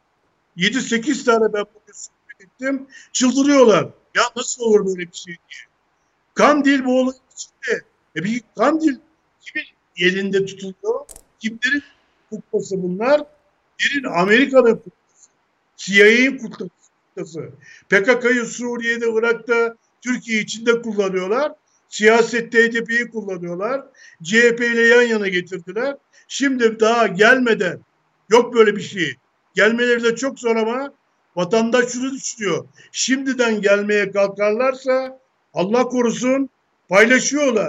7-8 tane ben bugün sohbet ettim. Çıldırıyorlar. Ya nasıl olur böyle bir şey diye. Kandil bu olayın içinde. Bir Kandil kimin elinde tutuluyor? Kimlerin kutlası bunlar? Birin Amerika'nın kutlası. CIA'nin kutlası. PKK'yı Suriye'de, Irak'ta, Türkiye içinde kullanıyorlar. Siyasette HDP'yi kullanıyorlar. CHP ile yan yana getirdiler. Şimdi daha gelmeden, yok böyle bir şey. Gelmeleri de çok zor ama vatandaş şunu düşünüyor. Şimdiden gelmeye kalkarlarsa Allah korusun paylaşıyorlar.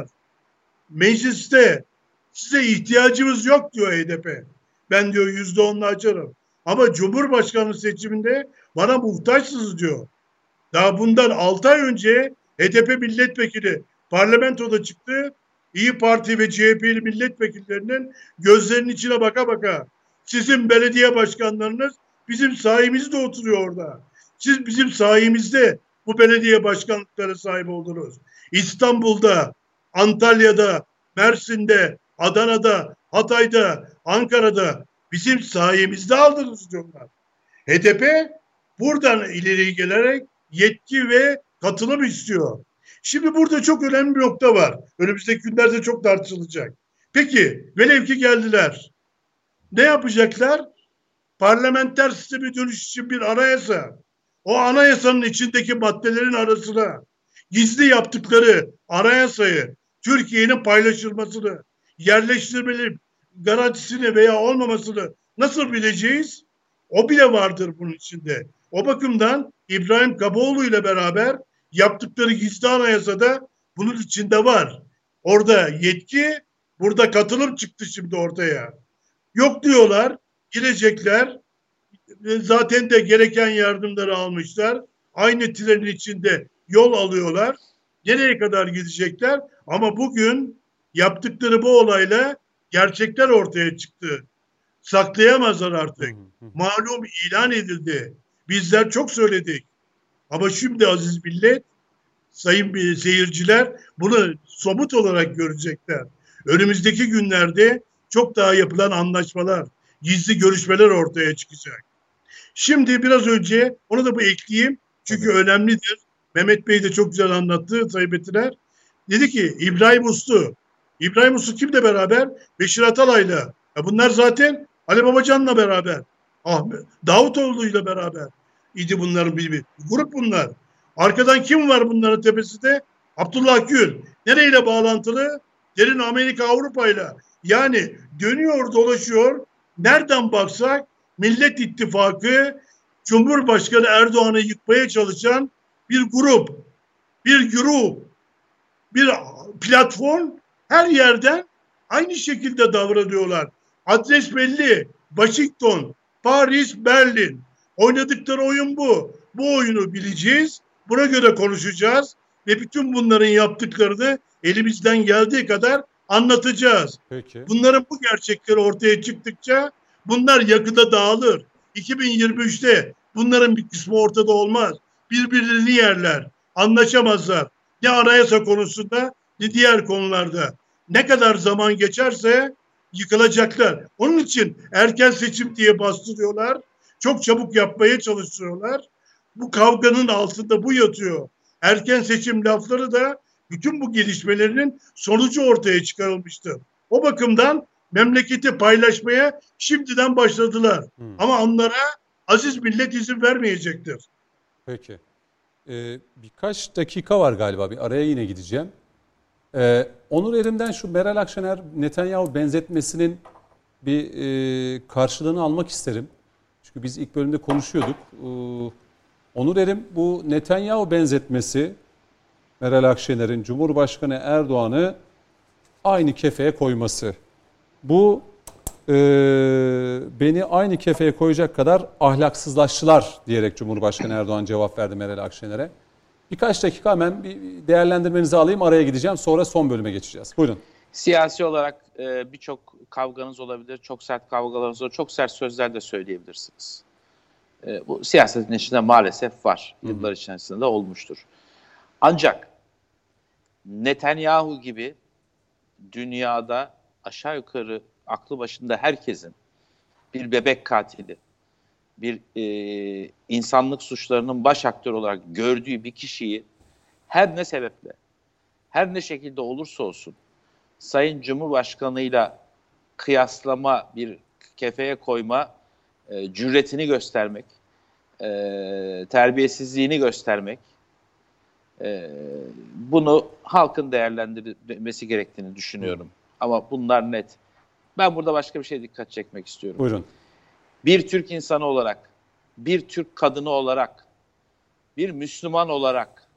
Mecliste size ihtiyacımız yok diyor HDP. Ben diyor %10'unu açarım. Ama Cumhurbaşkanlığı seçiminde bana muhtaçsınız diyor. Daha bundan 6 ay önce HDP milletvekili parlamentoda çıktı. İyi Parti ve CHP'li milletvekillerinin gözlerinin içine baka baka sizin belediye başkanlarınız bizim sayemizde oturuyor orada. Siz bizim sayemizde bu belediye başkanlıkları sahip oldunuz. İstanbul'da, Antalya'da, Mersin'de, Adana'da, Hatay'da, Ankara'da bizim sayemizde aldınız diyorlar. HDP buradan ileri gelerek yetki ve katılım istiyor. Şimdi burada çok önemli bir nokta var. Önümüzdeki günlerde çok tartışılacak. Peki velev ki geldiler. Ne yapacaklar? Parlamenter sisteme dönüş için bir anayasa. O anayasanın içindeki maddelerin arasına gizli yaptıkları anayasayı Türkiye'nin paylaşılmasını, yerleştirmeli garantisini veya olmamasını nasıl bileceğiz? O bile vardır bunun içinde. O bakımdan İbrahim Kaboğlu ile beraber yaptıkları gizli anayasada bunun içinde var. Orada yetki, burada katılım çıktı şimdi ortaya. Yok diyorlar, girecekler. Zaten de gereken yardımları almışlar. Aynı trenin içinde yol alıyorlar. Nereye kadar gidecekler? Ama bugün yaptıkları bu olayla gerçekler ortaya çıktı. Saklayamazlar artık. Malum ilan edildi. Bizler çok söyledik. Ama şimdi aziz millet, sayın seyirciler bunu somut olarak görecekler. Önümüzdeki günlerde çok daha yapılan anlaşmalar, gizli görüşmeler ortaya çıkacak. Şimdi biraz önce onu da bu ekleyeyim. Çünkü önemlidir. Mehmet Bey de çok güzel anlattı Sayın Betiner. Dedi ki İbrahim Uslu. İbrahim Uslu kimle beraber? Beşir Atalay'la. Bunlar zaten Ali Babacan'la beraber. Davutoğlu'yla beraber idi bunların bir grup bunlar. Arkadan kim var bunların tepesinde? Abdullah Gül. Nereyle bağlantılı? Derin Amerika Avrupa'yla. Yani dönüyor dolaşıyor. Nereden baksak Millet İttifakı Cumhurbaşkanı Erdoğan'ı yıkmaya çalışan bir grup, bir güruh, bir platform her yerden aynı şekilde davranıyorlar. Adres belli. Washington, Paris, Berlin. Oynadıkları oyun bu. Bu oyunu bileceğiz. Buna göre konuşacağız ve bütün bunların yaptıklarını elimizden geldiği kadar anlatacağız. Peki. Bunların bu gerçekleri ortaya çıktıkça bunlar yakında dağılır. 2023'te bunların bir kısmı ortada olmaz. Birbirlerini yerler, anlaşamazlar. Ne anayasa konusunda ne diğer konularda. Ne kadar zaman geçerse yıkılacaklar. Onun için erken seçim diye bastırıyorlar. Çok çabuk yapmaya çalışıyorlar. Bu kavganın altında bu yatıyor. Erken seçim lafları da bütün bu gelişmelerinin sonucu ortaya çıkarılmıştı. O bakımdan memleketi paylaşmaya şimdiden başladılar. Ama onlara aziz millet izin vermeyecektir. Peki. Birkaç dakika var galiba. Bir araya yine gideceğim. Onur Erim'den şu Meral Akşener Netanyahu benzetmesinin bir karşılığını almak isterim. Çünkü biz ilk bölümde konuşuyorduk. Onur Erim bu Netanyahu benzetmesi Meral Akşener'in Cumhurbaşkanı Erdoğan'ı aynı kefeye koyması. Bu beni aynı kefeye koyacak kadar ahlaksızlaştılar diyerek Cumhurbaşkanı Erdoğan cevap verdi Meral Akşener'e. Birkaç dakika hemen bir değerlendirmenizi alayım, araya gideceğim, sonra son bölüme geçeceğiz. Buyurun. Siyasi olarak birçok kavganız olabilir, çok sert kavgalarınız olur, çok sert sözler de söyleyebilirsiniz. Bu siyasetin içinde maalesef var, yıllar içerisinde de olmuştur. Ancak Netanyahu gibi dünyada aşağı yukarı aklı başında herkesin bir bebek katili, bir insanlık suçlarının baş aktörü olarak gördüğü bir kişiyi her ne sebeple, her ne şekilde olursa olsun Sayın Cumhurbaşkanı'yla kıyaslama, bir kefeye koyma cüretini göstermek, terbiyesizliğini göstermek, bunu halkın değerlendirmesi gerektiğini düşünüyorum. Ama bunlar net. Ben burada başka bir şeye dikkat çekmek istiyorum. Buyurun. Bir Türk insanı olarak, bir Türk kadını olarak, bir Müslüman olarak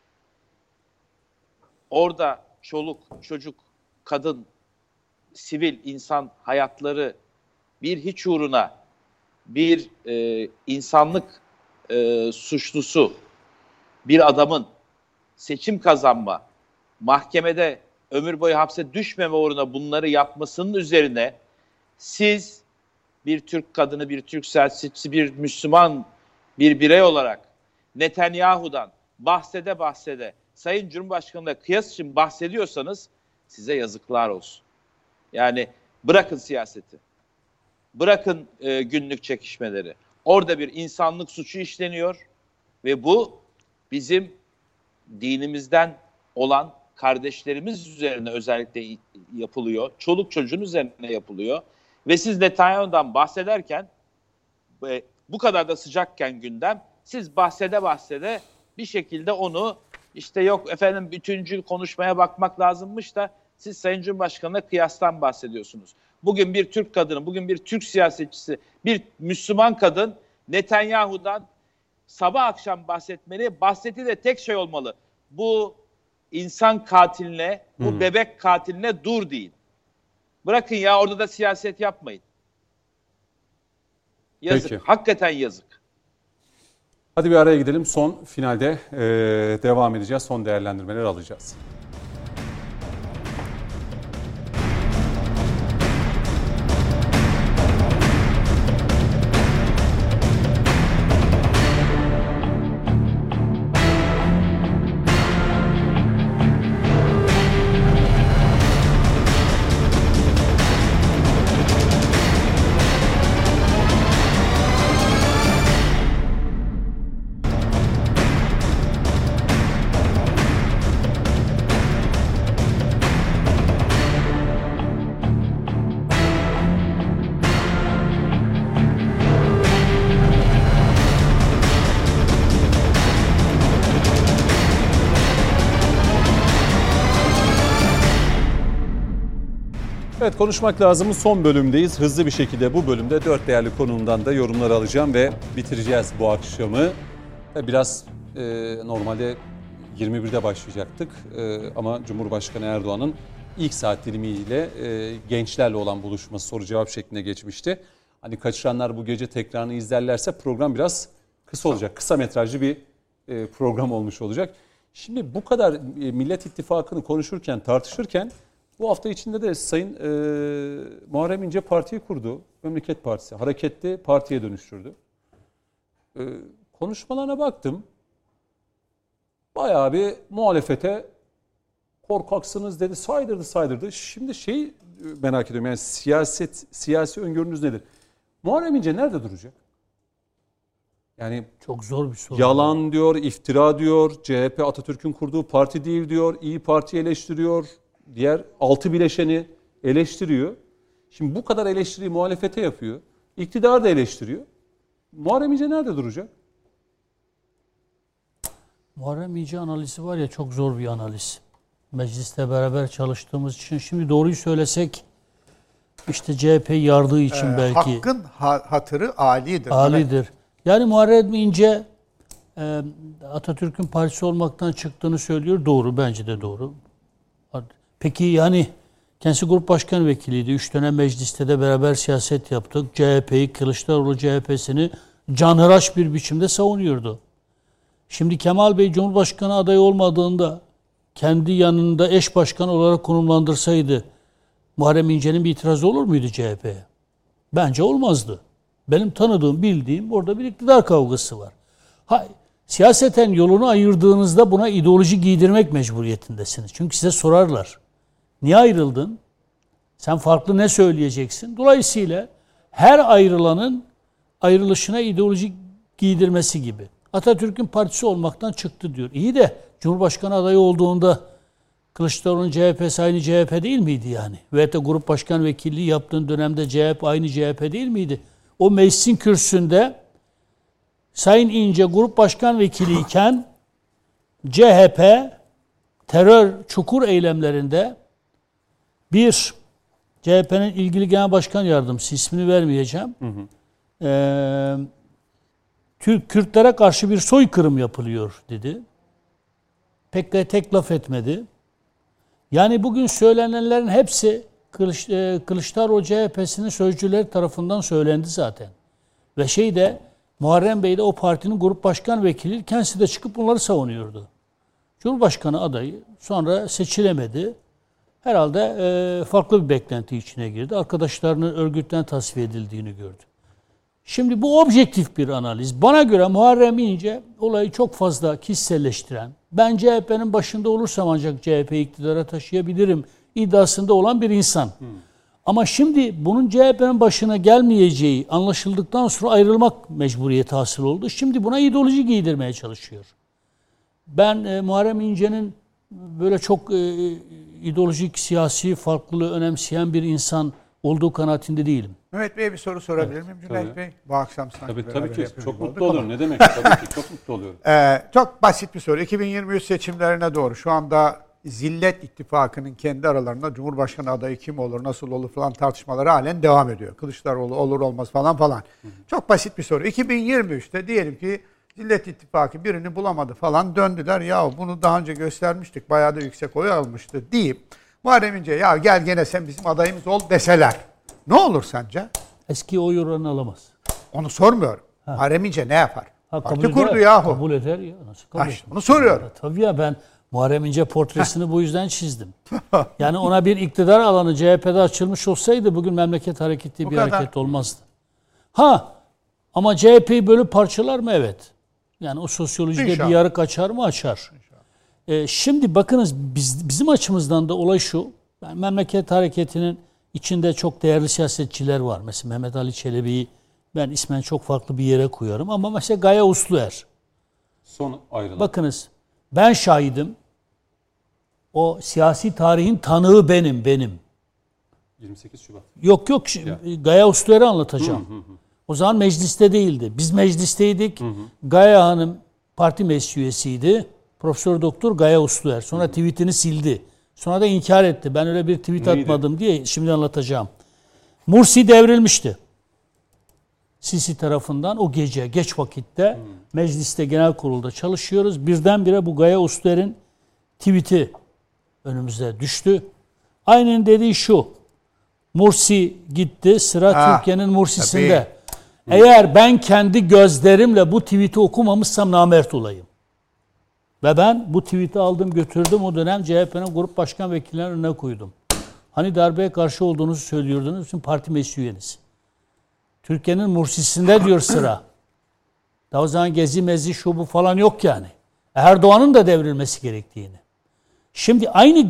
orada çoluk, çocuk, kadın, sivil insan hayatları bir hiç uğruna bir insanlık suçlusu bir adamın seçim kazanma, mahkemede ömür boyu hapse düşmeme uğruna bunları yapmasının üzerine siz bir Türk kadını, bir Türk siyasetçisi, bir Müslüman, bir birey olarak Netanyahu'dan bahsede Sayın Cumhurbaşkanı'na kıyas için bahsediyorsanız size yazıklar olsun. Yani bırakın siyaseti, bırakın günlük çekişmeleri. Orada bir insanlık suçu işleniyor ve bu bizim dinimizden olan kardeşlerimiz üzerine özellikle yapılıyor. Çoluk çocuğun üzerine yapılıyor. Ve siz Netanyahu'dan bahsederken bu kadar da sıcakken gündem, siz bahsede bir şekilde onu işte yok efendim bütüncül konuşmaya bakmak lazımmış da siz Sayın Cumhurbaşkanı'na kıyastan bahsediyorsunuz. Bugün bir Türk kadını, bugün bir Türk siyasetçisi, bir Müslüman kadın Netanyahu'dan sabah akşam bahsetmeli. Bahsettiği de tek şey olmalı. Bu insan katiline, bu bebek katiline dur deyin. Bırakın ya, orada da siyaset yapmayın. Yazık. Peki. Hakikaten yazık. Hadi bir araya gidelim. Son finalde devam edeceğiz. Son değerlendirmeleri alacağız. Evet, konuşmak lazımın son bölümdeyiz. Hızlı bir şekilde bu bölümde 4 değerli konuğumdan da yorumları alacağım ve bitireceğiz bu akşamı. Biraz normalde 21'de başlayacaktık ama Cumhurbaşkanı Erdoğan'ın ilk saat dilimiyle gençlerle olan buluşması soru cevap şeklinde geçmişti. Hani kaçıranlar bu gece tekrarını izlerlerse program biraz kısa olacak. Kısa metrajlı bir program olmuş olacak. Şimdi bu kadar Millet İttifakı'nı konuşurken, tartışırken bu hafta içinde de Sayın Muharrem İnce partiyi kurdu. Memleket Partisi. Hareketli partiye dönüştürdü. Konuşmalarına baktım. Bayağı bir muhalefete korkaksınız dedi. Saydırdı. Şimdi merak ediyorum. Yani siyasi öngörünüz nedir? Muharrem İnce nerede duracak? Yani çok zor bir soru. Yalan diyor, iftira diyor. CHP Atatürk'ün kurduğu parti değil diyor. İyi Parti eleştiriyor. Diğer 6 bileşeni eleştiriyor. Şimdi bu kadar eleştiriyi muhalefete yapıyor. İktidar da eleştiriyor. Muharrem İnce nerede duracak? Muharrem İnce analizi var ya, çok zor bir analiz. Mecliste beraber çalıştığımız için şimdi doğruyu söylesek işte CHP'yi yardığı için belki. Hakkın hatırı alidir. Alidir. Yani Muharrem İnce Atatürk'ün partisi olmaktan çıktığını söylüyor. Doğru, bence de doğru. Peki yani kendisi grup başkan vekiliydi. 3 dönem mecliste de beraber siyaset yaptık. CHP'yi, Kılıçdaroğlu CHP'sini canhıraş bir biçimde savunuyordu. Şimdi Kemal Bey Cumhurbaşkanı adayı olmadığında kendi yanında eş başkan olarak konumlandırsaydı Muharrem İnce'nin bir itirazı olur muydu CHP'ye? Bence olmazdı. Benim tanıdığım, bildiğim orada bir iktidar kavgası var. Siyaseten yolunu ayırdığınızda buna ideoloji giydirmek mecburiyetindesiniz. Çünkü size sorarlar. Niye ayrıldın? Sen farklı ne söyleyeceksin? Dolayısıyla her ayrılanın ayrılışına ideoloji giydirmesi gibi. Atatürk'ün partisi olmaktan çıktı diyor. İyi de Cumhurbaşkanı adayı olduğunda Kılıçdaroğlu'nun CHP'si aynı CHP değil miydi yani? Veyahut da grup başkan vekilliği yaptığın dönemde CHP aynı CHP değil miydi? O meclisin kürsüsünde Sayın İnce grup başkan vekiliyken CHP terör çukur eylemlerinde bir CHP'nin ilgili genel başkan yardımcısı, ismini vermeyeceğim. Kürtlere karşı bir soykırım yapılıyor dedi. Pek de tek laf etmedi. Yani bugün söylenenlerin hepsi Kılıçdaroğlu CHP'sinin sözcüleri tarafından söylendi zaten. Ve Muharrem Bey de o partinin grup başkan vekili, kendisi de çıkıp bunları savunuyordu. Cumhurbaşkanı adayı sonra seçilemedi. Herhalde farklı bir beklenti içine girdi. Arkadaşlarının örgütten tasfiye edildiğini gördü. Şimdi bu objektif bir analiz. Bana göre Muharrem İnce olayı çok fazla kişiselleştiren, ben CHP'nin başında olursam ancak CHP'yi iktidara taşıyabilirim iddiasında olan bir insan. Ama şimdi bunun CHP'nin başına gelmeyeceği anlaşıldıktan sonra ayrılmak mecburiyeti hasıl oldu. Şimdi buna ideoloji giydirmeye çalışıyor. Ben Muharrem İnce'nin böyle çok ideolojik, siyasi farklılığı önemseyen bir insan olduğu kanaatinde değilim. Mehmet Bey'e bir soru sorabilir miyim Cüneyt Bey? Bu akşam sanki Tabii ki. Çok mutlu olduk olurum. Ne demek? Tabii ki çok mutlu oluyorum. Çok basit bir soru. 2023 seçimlerine doğru şu anda Zillet İttifakı'nın kendi aralarında Cumhurbaşkanı adayı kim olur, nasıl olur falan tartışmaları halen devam ediyor. Kılıçdaroğlu olur olmaz falan. Çok basit bir soru. 2023'te diyelim ki Zillet İttifakı birini bulamadı falan, döndüler. Ya bunu daha önce göstermiştik, bayağı da yüksek oy almıştı deyip Muharrem İnce ya gel gene sen bizim adayımız ol deseler ne olur sence? Eski oy oranını alamaz. Onu sormuyorum. Muharrem İnce ne yapar? Parti kurdu eder, yahu. Kabul eder ya. Nasıl kabul eder? Onu soruyorum. Tabii ya, ben Muharrem İnce portresini bu yüzden çizdim. Yani ona bir iktidar alanı CHP'de açılmış olsaydı bugün Memleket Hareketi Bu bir kadar. hareket olmazdı. Ama CHP'yi bölüp parçalar mı? Evet. Yani o sosyolojide İnşallah. bir yarık açar mı? Açar. Şimdi bakınız bizim açımızdan da olay şu. Ben Memleket Hareketi'nin içinde çok değerli siyasetçiler var. Mesela Mehmet Ali Çelebi'yi ben ismen çok farklı bir yere koyarım. Ama mesela Gaye Usluer. Son ayrılan. Bakınız, ben şahidim. O siyasi tarihin tanığı benim. 28 Şubat. Yok Gaye Usluer'i anlatacağım. O zaman mecliste değildi. Biz meclisteydik. Gaye Hanım parti meclis üyesiydi. Profesör Doktor Gaye Usluer. Sonra tweetini sildi. Sonra da inkar etti. Ben öyle bir tweet atmadım diye şimdi anlatacağım. Mursi devrilmişti. Sisi tarafından o gece geç vakitte mecliste, genel kurulda çalışıyoruz. Birdenbire bu Gaye Usluer'in tweet'i önümüze düştü. Aynen dediği şu: Mursi gitti, sıra Türkiye'nin Mursi'sinde. Tabii. Eğer ben kendi gözlerimle bu tweet'i okumamışsam namert olayım. Ve ben bu tweet'i aldım, götürdüm, o dönem CHP'nin grup başkan vekillerinin önüne koydum. Hani darbeye karşı olduğunuzu söylüyordunuz, bütün parti meclis üyeniz. Türkiye'nin Mursi'sinde diyor sıra. Daha o zaman gezi mezi şu bu falan yok yani. Erdoğan'ın da devrilmesi gerektiğini. Şimdi aynı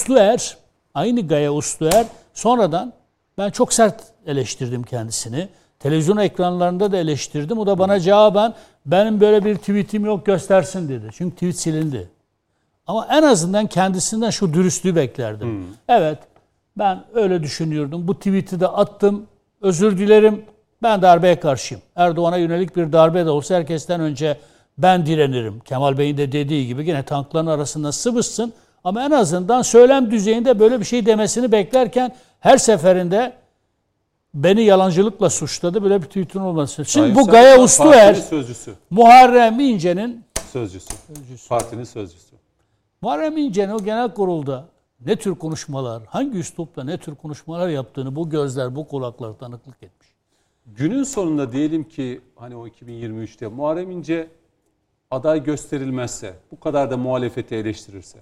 Gaye Usluer sonradan ben çok sert eleştirdim kendisini. Televizyon ekranlarında da eleştirdim. O da bana cevaben benim böyle bir tweetim yok, göstersin dedi. Çünkü tweet silindi. Ama en azından kendisinden şu dürüstlüğü beklerdim. Evet, ben öyle düşünüyordum. Bu tweet'i de attım. Özür dilerim. Ben darbeye karşıyım. Erdoğan'a yönelik bir darbe de olsa herkesten önce ben direnirim. Kemal Bey'in de dediği gibi yine tankların arasında sıvışsın. Ama en azından söylem düzeyinde böyle bir şey demesini beklerken her seferinde beni yalancılıkla suçladı. Böyle bir tweet'in olması. Şimdi bu Gaye Usluer, Muharrem İnce'nin sözcüsü. Partinin sözcüsü. Muharrem İnce'nin o genel kurulda ne tür konuşmalar, hangi üslupla ne tür konuşmalar yaptığını bu gözler, bu kulaklar tanıklık etmiş. Günün sonunda diyelim ki hani o 2023'te Muharrem İnce aday gösterilmezse, bu kadar da muhalefeti eleştirirse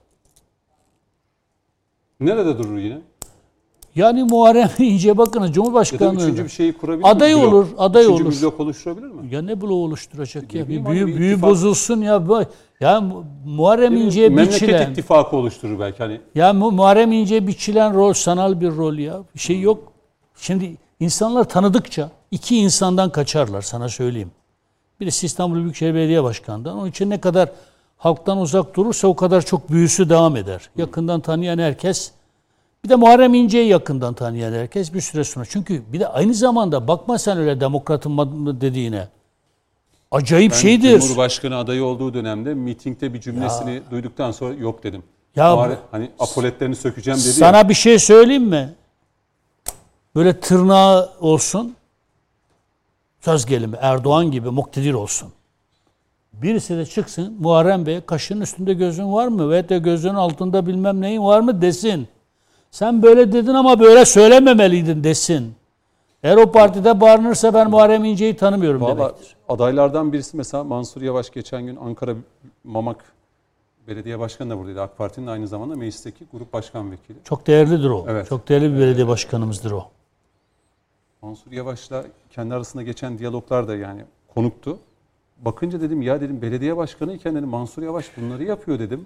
nerede durur yine? Yani Muharrem İnce bakın Cumhurbaşkanlığı. Ya da üçüncü bir şeyi kurabilir aday mi? olur, aday üçüncü olur. bir blok oluşturabilir mi? Ya ne bloğu oluşturacak ya? bileyim, Büyü bozulsun ya. Ya Muharrem İnce'ye biçilen. Memleket ittifakı oluşturur belki hani. Ya Muharrem İnce'ye biçilen rol sanal bir rol ya. Bir şey yok. Şimdi insanlar tanıdıkça iki insandan kaçarlar, sana söyleyeyim. Birisi İstanbul Büyükşehir Belediye Başkanı'ndan. Onun için ne kadar halktan uzak durursa o kadar çok büyüsü devam eder. Yakından tanıyan herkes, bir de Muharrem İnce'yi yakından tanıyan herkes bir süre sonra. Çünkü bir de aynı zamanda bakma sen öyle demokratın dediğine. Acayip şeydir. Cumhurbaşkanı adayı olduğu dönemde mitingde bir cümlesini duyduktan sonra yok dedim. Ya hani apoletlerini sökeceğim dedi. Sana bir şey söyleyeyim mi? Böyle tırnağı olsun. Söz gelimi Erdoğan gibi muktedir olsun. Birisi de çıksın Muharrem Bey, kaşının üstünde gözün var mı? Ve de gözünün altında bilmem neyin var mı desin. Sen böyle dedin ama böyle söylememeliydin desin. Eğer o partide barınırsa ben Muharrem İnce'yi tanımıyorum Valla demektir. adaylardan birisi mesela Mansur Yavaş geçen gün Ankara Mamak Belediye Başkanı da buradaydı. AK Parti'nin aynı zamanda meclisteki grup başkan vekili. Çok değerlidir o. Evet. Çok değerli bir belediye başkanımızdır o. Mansur Yavaş'la kendi arasında geçen diyaloglar da yani konuktu. Bakınca dedim ya dedim belediye başkanı iken dedim Mansur Yavaş bunları yapıyor dedim.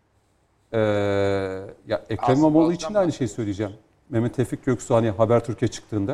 Ya Ekrem İmamoğlu için de aynı şeyi söyleyeceğim. Mehmet Tevfik Göksu hani Habertürk'e çıktığında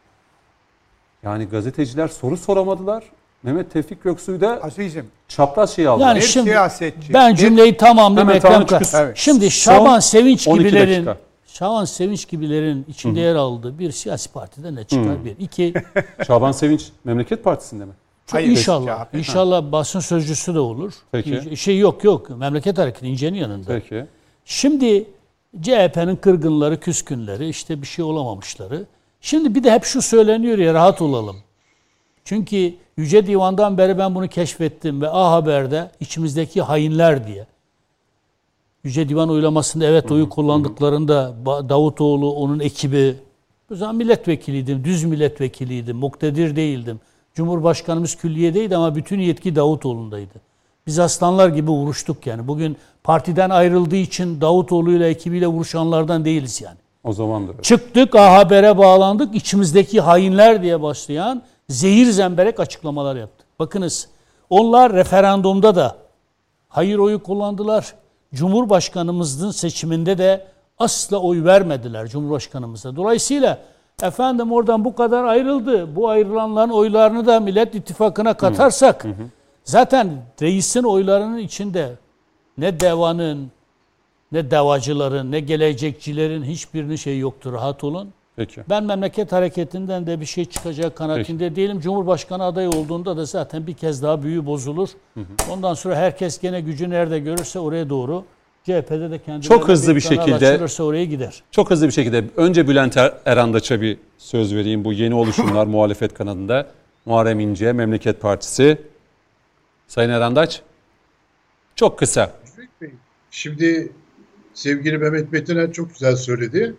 yani gazeteciler soru soramadılar. Mehmet Tevfik Göksu'yu da Azizim, çapraz şey aldı. Yani bir şimdi siyasetçi. ben cümleyi tamamlayayım Hemen Ekrem tamam, Kaya. çıkıyorsun. Evet. Şimdi Son Şaban Sevinç 12 gibilerin dakika. Şaban Sevinç gibilerin içinde yer aldığı bir siyasi partide ne çıkar? Bir. İki, Şaban Sevinç Memleket Partisi'nde mi? Hayır, inşallah. CHP. İnşallah basın sözcüsü de olur. Peki. Şey yok. Memleket Hareketi İnce'nin yanında. Peki. Şimdi CHP'nin kırgınları, küskünleri, işte bir şey olamamışları. Şimdi bir de hep şu söyleniyor ya rahat olalım. Çünkü Yüce Divan'dan beri ben bunu keşfettim ve A Haber'de içimizdeki hainler diye. Yüce Divan oylamasında evet oyu kullandıklarında Davutoğlu, onun ekibi, o zaman milletvekiliydim, düz milletvekiliydim, muktedir değildim. Cumhurbaşkanımız külliyedeydi ama bütün yetki Davutoğlu'ndaydı. Biz aslanlar gibi vuruştuk yani. Bugün partiden ayrıldığı için Davutoğlu'yla ekibiyle vuruşanlardan değiliz yani. O zaman da öyle. Çıktık, A Haber'e bağlandık, içimizdeki hainler diye başlayan zehir zemberek açıklamalar yaptık. Bakınız, onlar referandumda da hayır oyu kullandılar. Cumhurbaşkanımızın seçiminde de asla oy vermediler Cumhurbaşkanımıza. Dolayısıyla efendim oradan bu kadar ayrıldı. Bu ayrılanların oylarını da Millet İttifakı'na katarsak zaten reisin oylarının içinde ne devanın, ne davacıların, ne gelecekçilerin hiçbirinin şeyi yoktur. Rahat olun. Peki. Ben Memleket Hareketi'nden de bir şey çıkacağı kanaatinde değilim. Cumhurbaşkanı adayı olduğunda da zaten bir kez daha büyü bozulur. Ondan sonra herkes gene gücü nerede görürse oraya doğru. CHP'de de kendilerine Çok hızlı bir kanal şekilde açılırsa oraya gider. Çok hızlı bir şekilde önce Bülent Erandaç'a bir söz vereyim. Bu yeni oluşumlar muhalefet kanadında. Muharrem İnce, Memleket Partisi. Sayın Erandaç, çok kısa. Şimdi sevgili Mehmet Metiner çok güzel söyledi.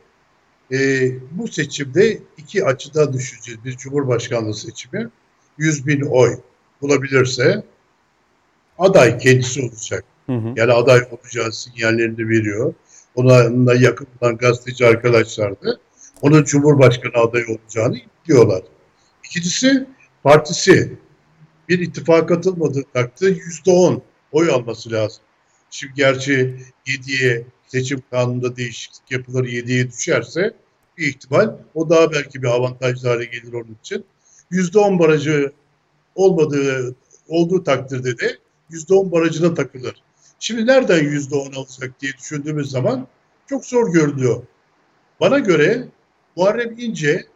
Bu seçimde iki açıdan düşüneceğiz. Bir Cumhurbaşkanlığı seçimi 100.000 oy bulabilirse aday kendisi olacak. Yani aday olacağı sinyallerini veriyor. Onunla yakın olan gazeteci arkadaşlar da onun Cumhurbaşkanı adayı olacağını diyorlar. İkincisi partisi bir ittifaka katılmadığı takdirde %10 oy alması lazım. Şimdi gerçi 7'ye seçim kanununda değişiklik yapılır 7'ye düşerse bir ihtimal o daha belki bir avantajlı hale gelir onun için. %10 barajı olduğu takdirde de %10 barajına takılır. Şimdi nereden %10 alacak diye düşündüğümüz zaman çok zor görünüyor. Bana göre Muharrem İnce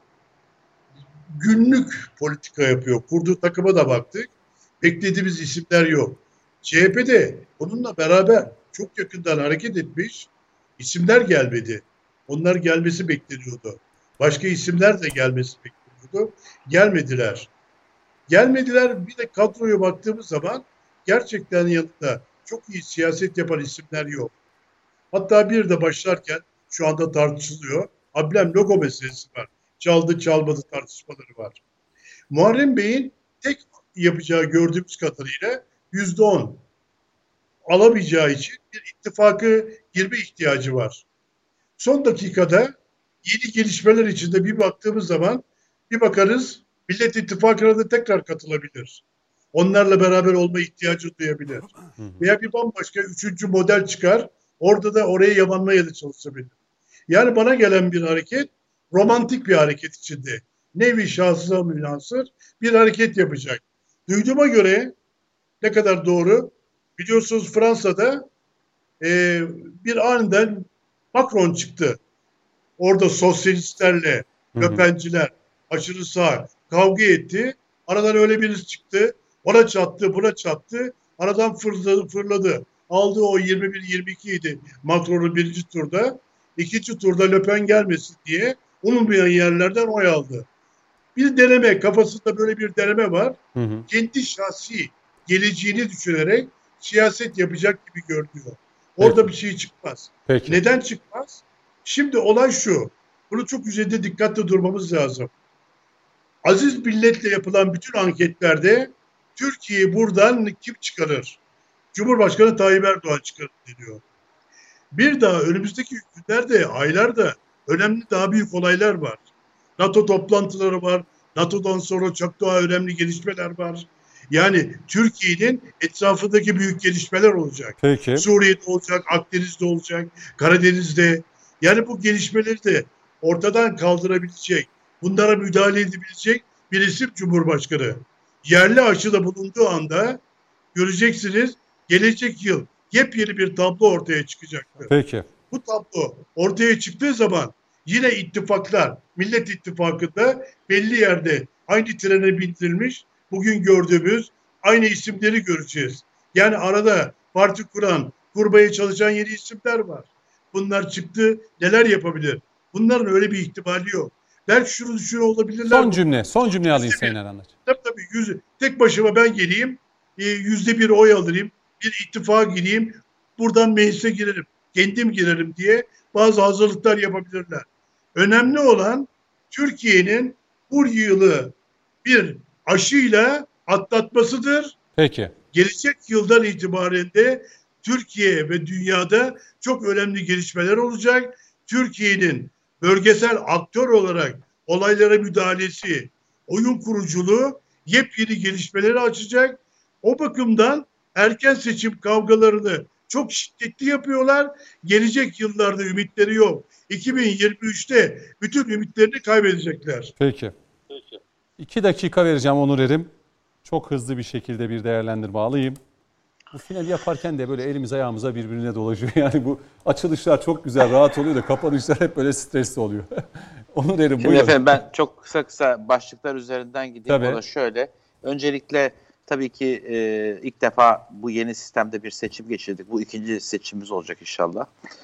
günlük politika yapıyor. Kurduğu takıma da baktık. Beklediğimiz isimler yok. CHP'de onunla beraber çok yakından hareket etmiş isimler gelmedi. Onlar gelmesi bekleniyordu. Başka isimler de gelmesi bekleniyordu. Gelmediler. Gelmediler. Bir de kadroya baktığımız zaman gerçekten yanında çok iyi siyaset yapan isimler yok. Hatta bir de başlarken şu anda tartışılıyor. Ablem logo meselesi var. Çaldı çalmadı tartışmaları var. Muharrem Bey'in tek yapacağı gördüğümüz kadarıyla %10 alamayacağı için bir ittifakı girme ihtiyacı var. Son dakikada yeni gelişmeler içinde bir baktığımız zaman bir bakarız Millet İttifakı'na da tekrar katılabilir. Onlarla beraber olma ihtiyacı duyabilir. Veya bir bambaşka üçüncü model çıkar. Orada da oraya yamanmaya da çalışabilir. Yani bana gelen bir hareket romantik bir hareket içinde. Nevi şahsına münhasır bir hareket yapacak. Duyduğuma göre ne kadar doğru biliyorsunuz Fransa'da bir aniden Macron çıktı. Orada sosyalistlerle, Löpenciler, aşırı sağ kavga etti. Aradan öyle birisi çıktı. Ona çattı, buna çattı. Aradan fırladı. Aldığı o 21-22 idi Macron'un birinci turda. İkinci turda Le Pen gelmesin diye umulmayan yerlerden oy aldı. Bir deneme, kafasında böyle bir deneme var. Kendi şahsi geleceğini düşünerek siyaset yapacak gibi görünüyor. Orada bir şey çıkmaz. Peki. Neden çıkmaz? Şimdi olay şu. Bunu çok üzerinde dikkatli durmamız lazım. Aziz milletle yapılan bütün anketlerde Türkiye'yi buradan kim çıkarır? Cumhurbaşkanı Tayyip Erdoğan çıkarır deniyor. Bir daha önümüzdeki günlerde, aylarda önemli daha büyük olaylar var. NATO toplantıları var. NATO'dan sonra çok daha önemli gelişmeler var. Yani Türkiye'nin etrafındaki büyük gelişmeler olacak. Peki. Suriye'de olacak, Akdeniz'de olacak, Karadeniz'de. Yani bu gelişmeleri de ortadan kaldırabilecek, bunlara müdahale edebilecek bir isim Cumhurbaşkanı. Yerli aşıda bulunduğu anda göreceksiniz gelecek yıl yepyeni bir tablo ortaya çıkacaktır. Peki. Bu tablo ortaya çıktığı zaman yine ittifaklar, Millet İttifakı'nda belli yerde aynı trene bindirilmiş, bugün gördüğümüz aynı isimleri göreceğiz. Yani arada parti kuran, kurmaya çalışan yeni isimler var. Bunlar çıktı, neler yapabilir? Bunların öyle bir ihtimali yok. Belki şunu olabilirler. Son cümle alayım Sayın Erenler. Tabii tek başıma ben geleyim, %1 oy alırım, bir ittifaka gireyim, buradan meclise girerim, kendim girerim diye bazı hazırlıklar yapabilirler. Önemli olan Türkiye'nin bu yılı bir aşıyla atlatmasıdır. Peki. Gelecek yıldan itibaren de Türkiye ve dünyada çok önemli gelişmeler olacak. Türkiye'nin bölgesel aktör olarak olaylara müdahalesi, oyun kuruculuğu yepyeni gelişmeleri açacak. O bakımdan erken seçim kavgalarını çok şiddetli yapıyorlar. Gelecek yıllarda ümitleri yok. 2023'te bütün ümitlerini kaybedecekler. Peki. 2 dakika vereceğim Onur Erim. Çok hızlı bir şekilde bir değerlendirme alayım. Bu finali yaparken de böyle elimiz ayağımıza birbirine dolaşıyor. Yani bu açılışlar çok güzel, rahat oluyor da kapanışlar hep böyle stresli oluyor. Onur Erim, buyurun. Efendim ben çok kısa başlıklar üzerinden gideyim. Tabii. O da şöyle. Öncelikle tabii ki ilk defa bu yeni sistemde bir seçim geçirdik. Bu ikinci seçimimiz olacak inşallah.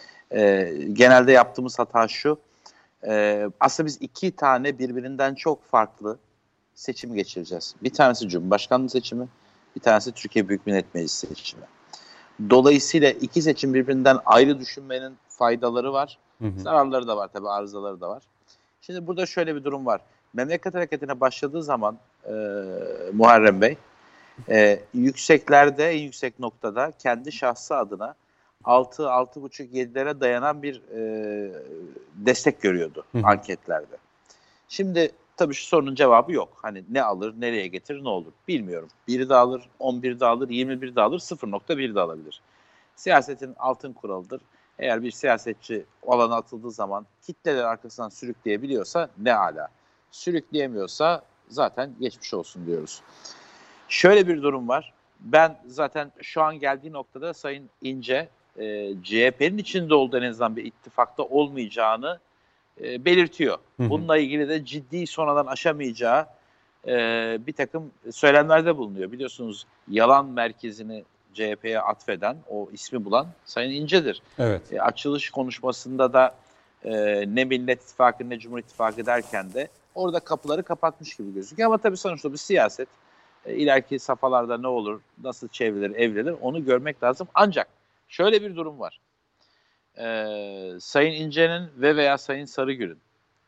Genelde yaptığımız hata şu. Aslında biz 2 tane birbirinden çok farklı seçim geçireceğiz. Bir tanesi Cumhurbaşkanlığı seçimi, bir tanesi Türkiye Büyük Millet Meclisi seçimi. Dolayısıyla 2 seçim birbirinden ayrı düşünmenin faydaları var. Zararları da var tabii, arızaları da var. Şimdi burada şöyle bir durum var. Memleket hareketine başladığı zaman Muharrem Bey, yükseklerde, en yüksek noktada kendi şahsı adına 6, 6,5, 7'lere dayanan bir destek görüyordu anketlerde. Şimdi tabii şu sorunun cevabı yok. Hani ne alır, nereye getirir, ne olur bilmiyorum. 1'i de alır, 11'i de alır, 21'i de alır, 0,1 de alabilir. Siyasetin altın kuralıdır. Eğer bir siyasetçi o alana atıldığı zaman kitleler arkasından sürükleyebiliyorsa ne ala. Sürükleyemiyorsa zaten geçmiş olsun diyoruz. Şöyle bir durum var. Ben zaten şu an geldiği noktada Sayın İnce CHP'nin içinde olduğu en azından bir ittifakta olmayacağını belirtiyor. Bununla ilgili de ciddi sonradan aşamayacağı bir takım söylemlerde bulunuyor. Biliyorsunuz yalan merkezini CHP'ye atfeden, o ismi bulan Sayın İnce'dir. Evet. Açılış konuşmasında da ne Millet İttifakı ne Cumhur İttifakı derken de orada kapıları kapatmış gibi gözüküyor. Ama tabii sonuçta bir siyaset. İleriki safhalarda ne olur, nasıl çevrilir, evrilir onu görmek lazım. Ancak şöyle bir durum var. Sayın İnce'nin veya Sayın Sarıgül'ün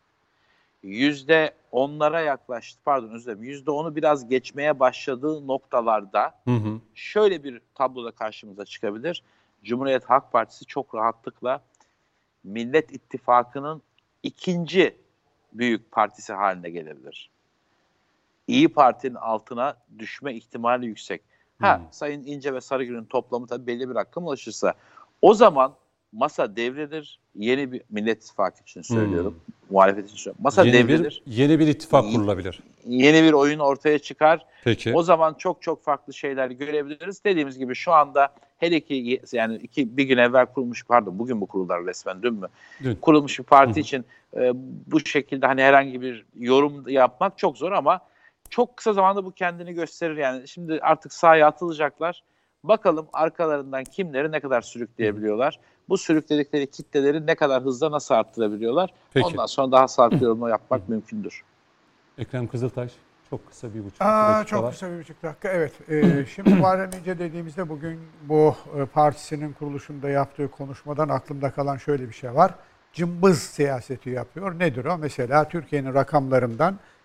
%10'lara yaklaştı, %10'u biraz geçmeye başladığı noktalarda şöyle bir tabloda karşımıza çıkabilir. Cumhuriyet Halk Partisi çok rahatlıkla Millet İttifakı'nın ikinci büyük partisi haline gelebilir. İyi Parti'nin altına düşme ihtimali yüksek. Sayın İnce ve Sarıgül'ün toplamı tabii belli bir rakam ulaşırsa o zaman masa devrilir. Yeni bir Millet İttifakı için söylüyorum. Muhalefet için söylüyorum. Masa devrilir. Yeni bir ittifak kurulabilir. Yeni bir oyun ortaya çıkar. Peki. O zaman çok çok farklı şeyler görebiliriz. Dediğimiz gibi şu anda hele ki yani bir gün evvel kurulmuş, bugün bu kuruldular resmen, dün mü? Dün. Kurulmuş bir parti için bu şekilde hani herhangi bir yorum yapmak çok zor ama çok kısa zamanda bu kendini gösterir. Yani şimdi artık sahaya atılacaklar. Bakalım arkalarından kimleri ne kadar sürükleyebiliyorlar. Bu sürükledikleri kitleleri ne kadar hızla nasıl arttırabiliyorlar. Peki. Ondan sonra daha sağlıklı yorum yapmak mümkündür. Ekrem Kızıltaş, çok kısa 1,5 dakika çok var. kısa 1,5 dakika. Evet. Şimdi Muharrem İnce dediğimizde bugün bu partisinin kuruluşunda yaptığı konuşmadan aklımda kalan şöyle bir şey var. Cımbız siyaseti yapıyor. Nedir o? Mesela Türkiye'nin rakamlarından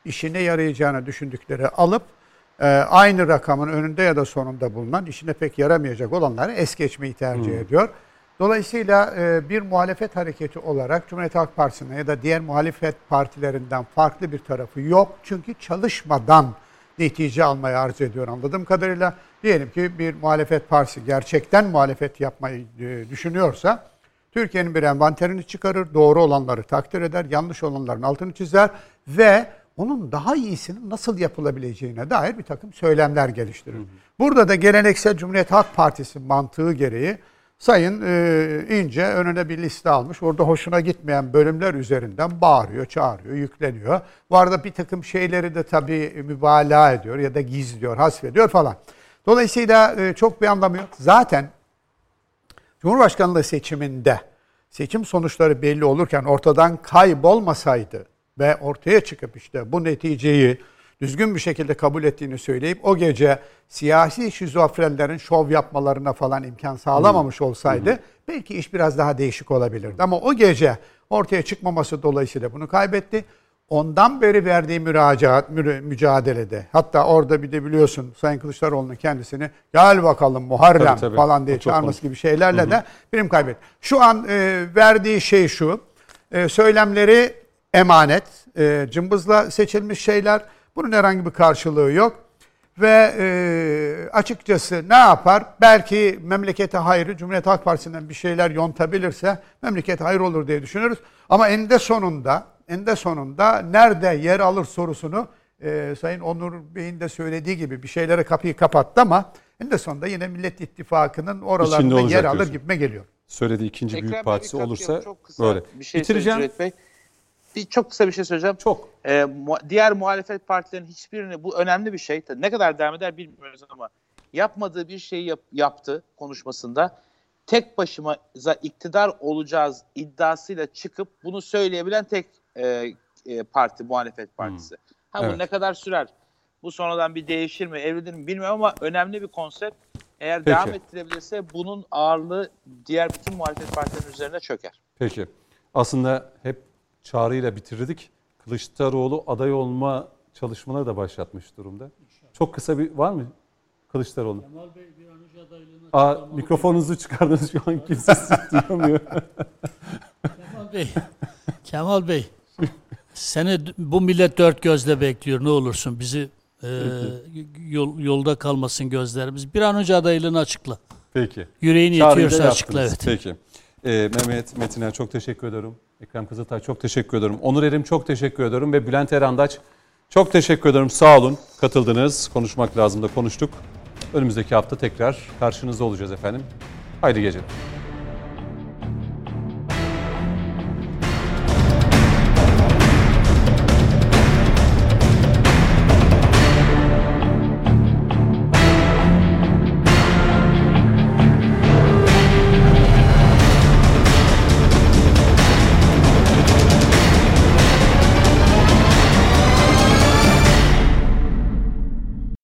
işine yarayacağını düşündükleri alıp aynı rakamın önünde ya da sonunda bulunan işine pek yaramayacak olanları es geçmeyi tercih ediyor. Dolayısıyla bir muhalefet hareketi olarak Cumhuriyet Halk Partisi'ne ya da diğer muhalefet partilerinden farklı bir tarafı yok. Çünkü çalışmadan netice almayı arzu ediyor anladığım kadarıyla. Diyelim ki bir muhalefet partisi gerçekten muhalefet yapmayı düşünüyorsa Türkiye'nin bir envanterini çıkarır, doğru olanları takdir eder, yanlış olanların altını çizer ve onun daha iyisinin nasıl yapılabileceğine dair bir takım söylemler geliştirir. Burada da geleneksel Cumhuriyet Halk Partisi mantığı gereği Sayın İnce önüne bir liste almış. Orada hoşuna gitmeyen bölümler üzerinden bağırıyor, çağırıyor, yükleniyor. Bu arada bir takım şeyleri de tabii mübalağa ediyor ya da gizliyor, hasfediyor falan. Dolayısıyla çok bir anlamı yok. Zaten Cumhurbaşkanlığı seçiminde seçim sonuçları belli olurken ortadan kaybolmasaydı ve ortaya çıkıp işte bu neticeyi düzgün bir şekilde kabul ettiğini söyleyip o gece siyasi şizofrenlerin şov yapmalarına falan imkan sağlamamış olsaydı belki iş biraz daha değişik olabilirdi. Ama o gece ortaya çıkmaması dolayısıyla bunu kaybetti. Ondan beri verdiği mücadelede hatta orada bir de biliyorsun Sayın Kılıçdaroğlu'nun kendisini gel bakalım Muharrem tabii. falan diye çağırması gibi şeylerle de prim kaybetti. Şu an verdiği şey şu, söylemleri emanet, cımbızla seçilmiş şeyler. Bunun herhangi bir karşılığı yok. Ve açıkçası ne yapar? Belki memlekete hayrı, Cumhuriyet Halk Partisi'nden bir şeyler yontabilirse memlekete hayır olur diye düşünürüz. Ama eninde sonunda nerede yer alır sorusunu Sayın Onur Bey'in de söylediği gibi bir şeylere kapıyı kapattı ama eninde sonunda yine Millet İttifakı'nın oralarında yer alır gibime geliyor. Söylediği ikinci Ekrem büyük Bey, partisi bir olursa çok kısa böyle. bir şey Bitireceğim. Cüneyt Bey. Çok kısa bir şey söyleyeceğim. Diğer muhalefet partilerinin hiçbirini, bu önemli bir şey. Ne kadar devam eder bilmiyoruz ama yapmadığı bir şeyi yaptı konuşmasında. Tek başımıza iktidar olacağız iddiasıyla çıkıp bunu söyleyebilen tek parti, muhalefet partisi. Bu ne kadar sürer? Bu sonradan bir değişir mi, evrilir mi bilmiyorum ama önemli bir konsept. Eğer devam ettirebilirse bunun ağırlığı diğer bütün muhalefet partilerinin üzerine çöker. Peki. Aslında hep çağrıyla bitirdik. Kılıçdaroğlu aday olma çalışmaları da başlatmış durumda. Çok kısa bir var mı Kılıçdaroğlu? Kemal Bey bir an önce adaylığını Mikrofonunuzu çıkardınız, şu an kimse sizi duyamıyor. Kemal Bey, seni bu millet dört gözle bekliyor. Ne olursun bizi yolda kalmasın gözlerimiz. Bir an önce adaylığını açıkla. Peki. Yüreğin yetiyorsa açıkla. Evet. Peki. Mehmet Metiner çok teşekkür ediyorum. Ekrem Kızıltay çok teşekkür ediyorum. Onur Erim çok teşekkür ediyorum ve Bülent Erandaç çok teşekkür ediyorum. Sağ olun. Katıldınız. Konuşmak lazım da konuştuk. Önümüzdeki hafta tekrar karşınızda olacağız efendim. Haydi geceler.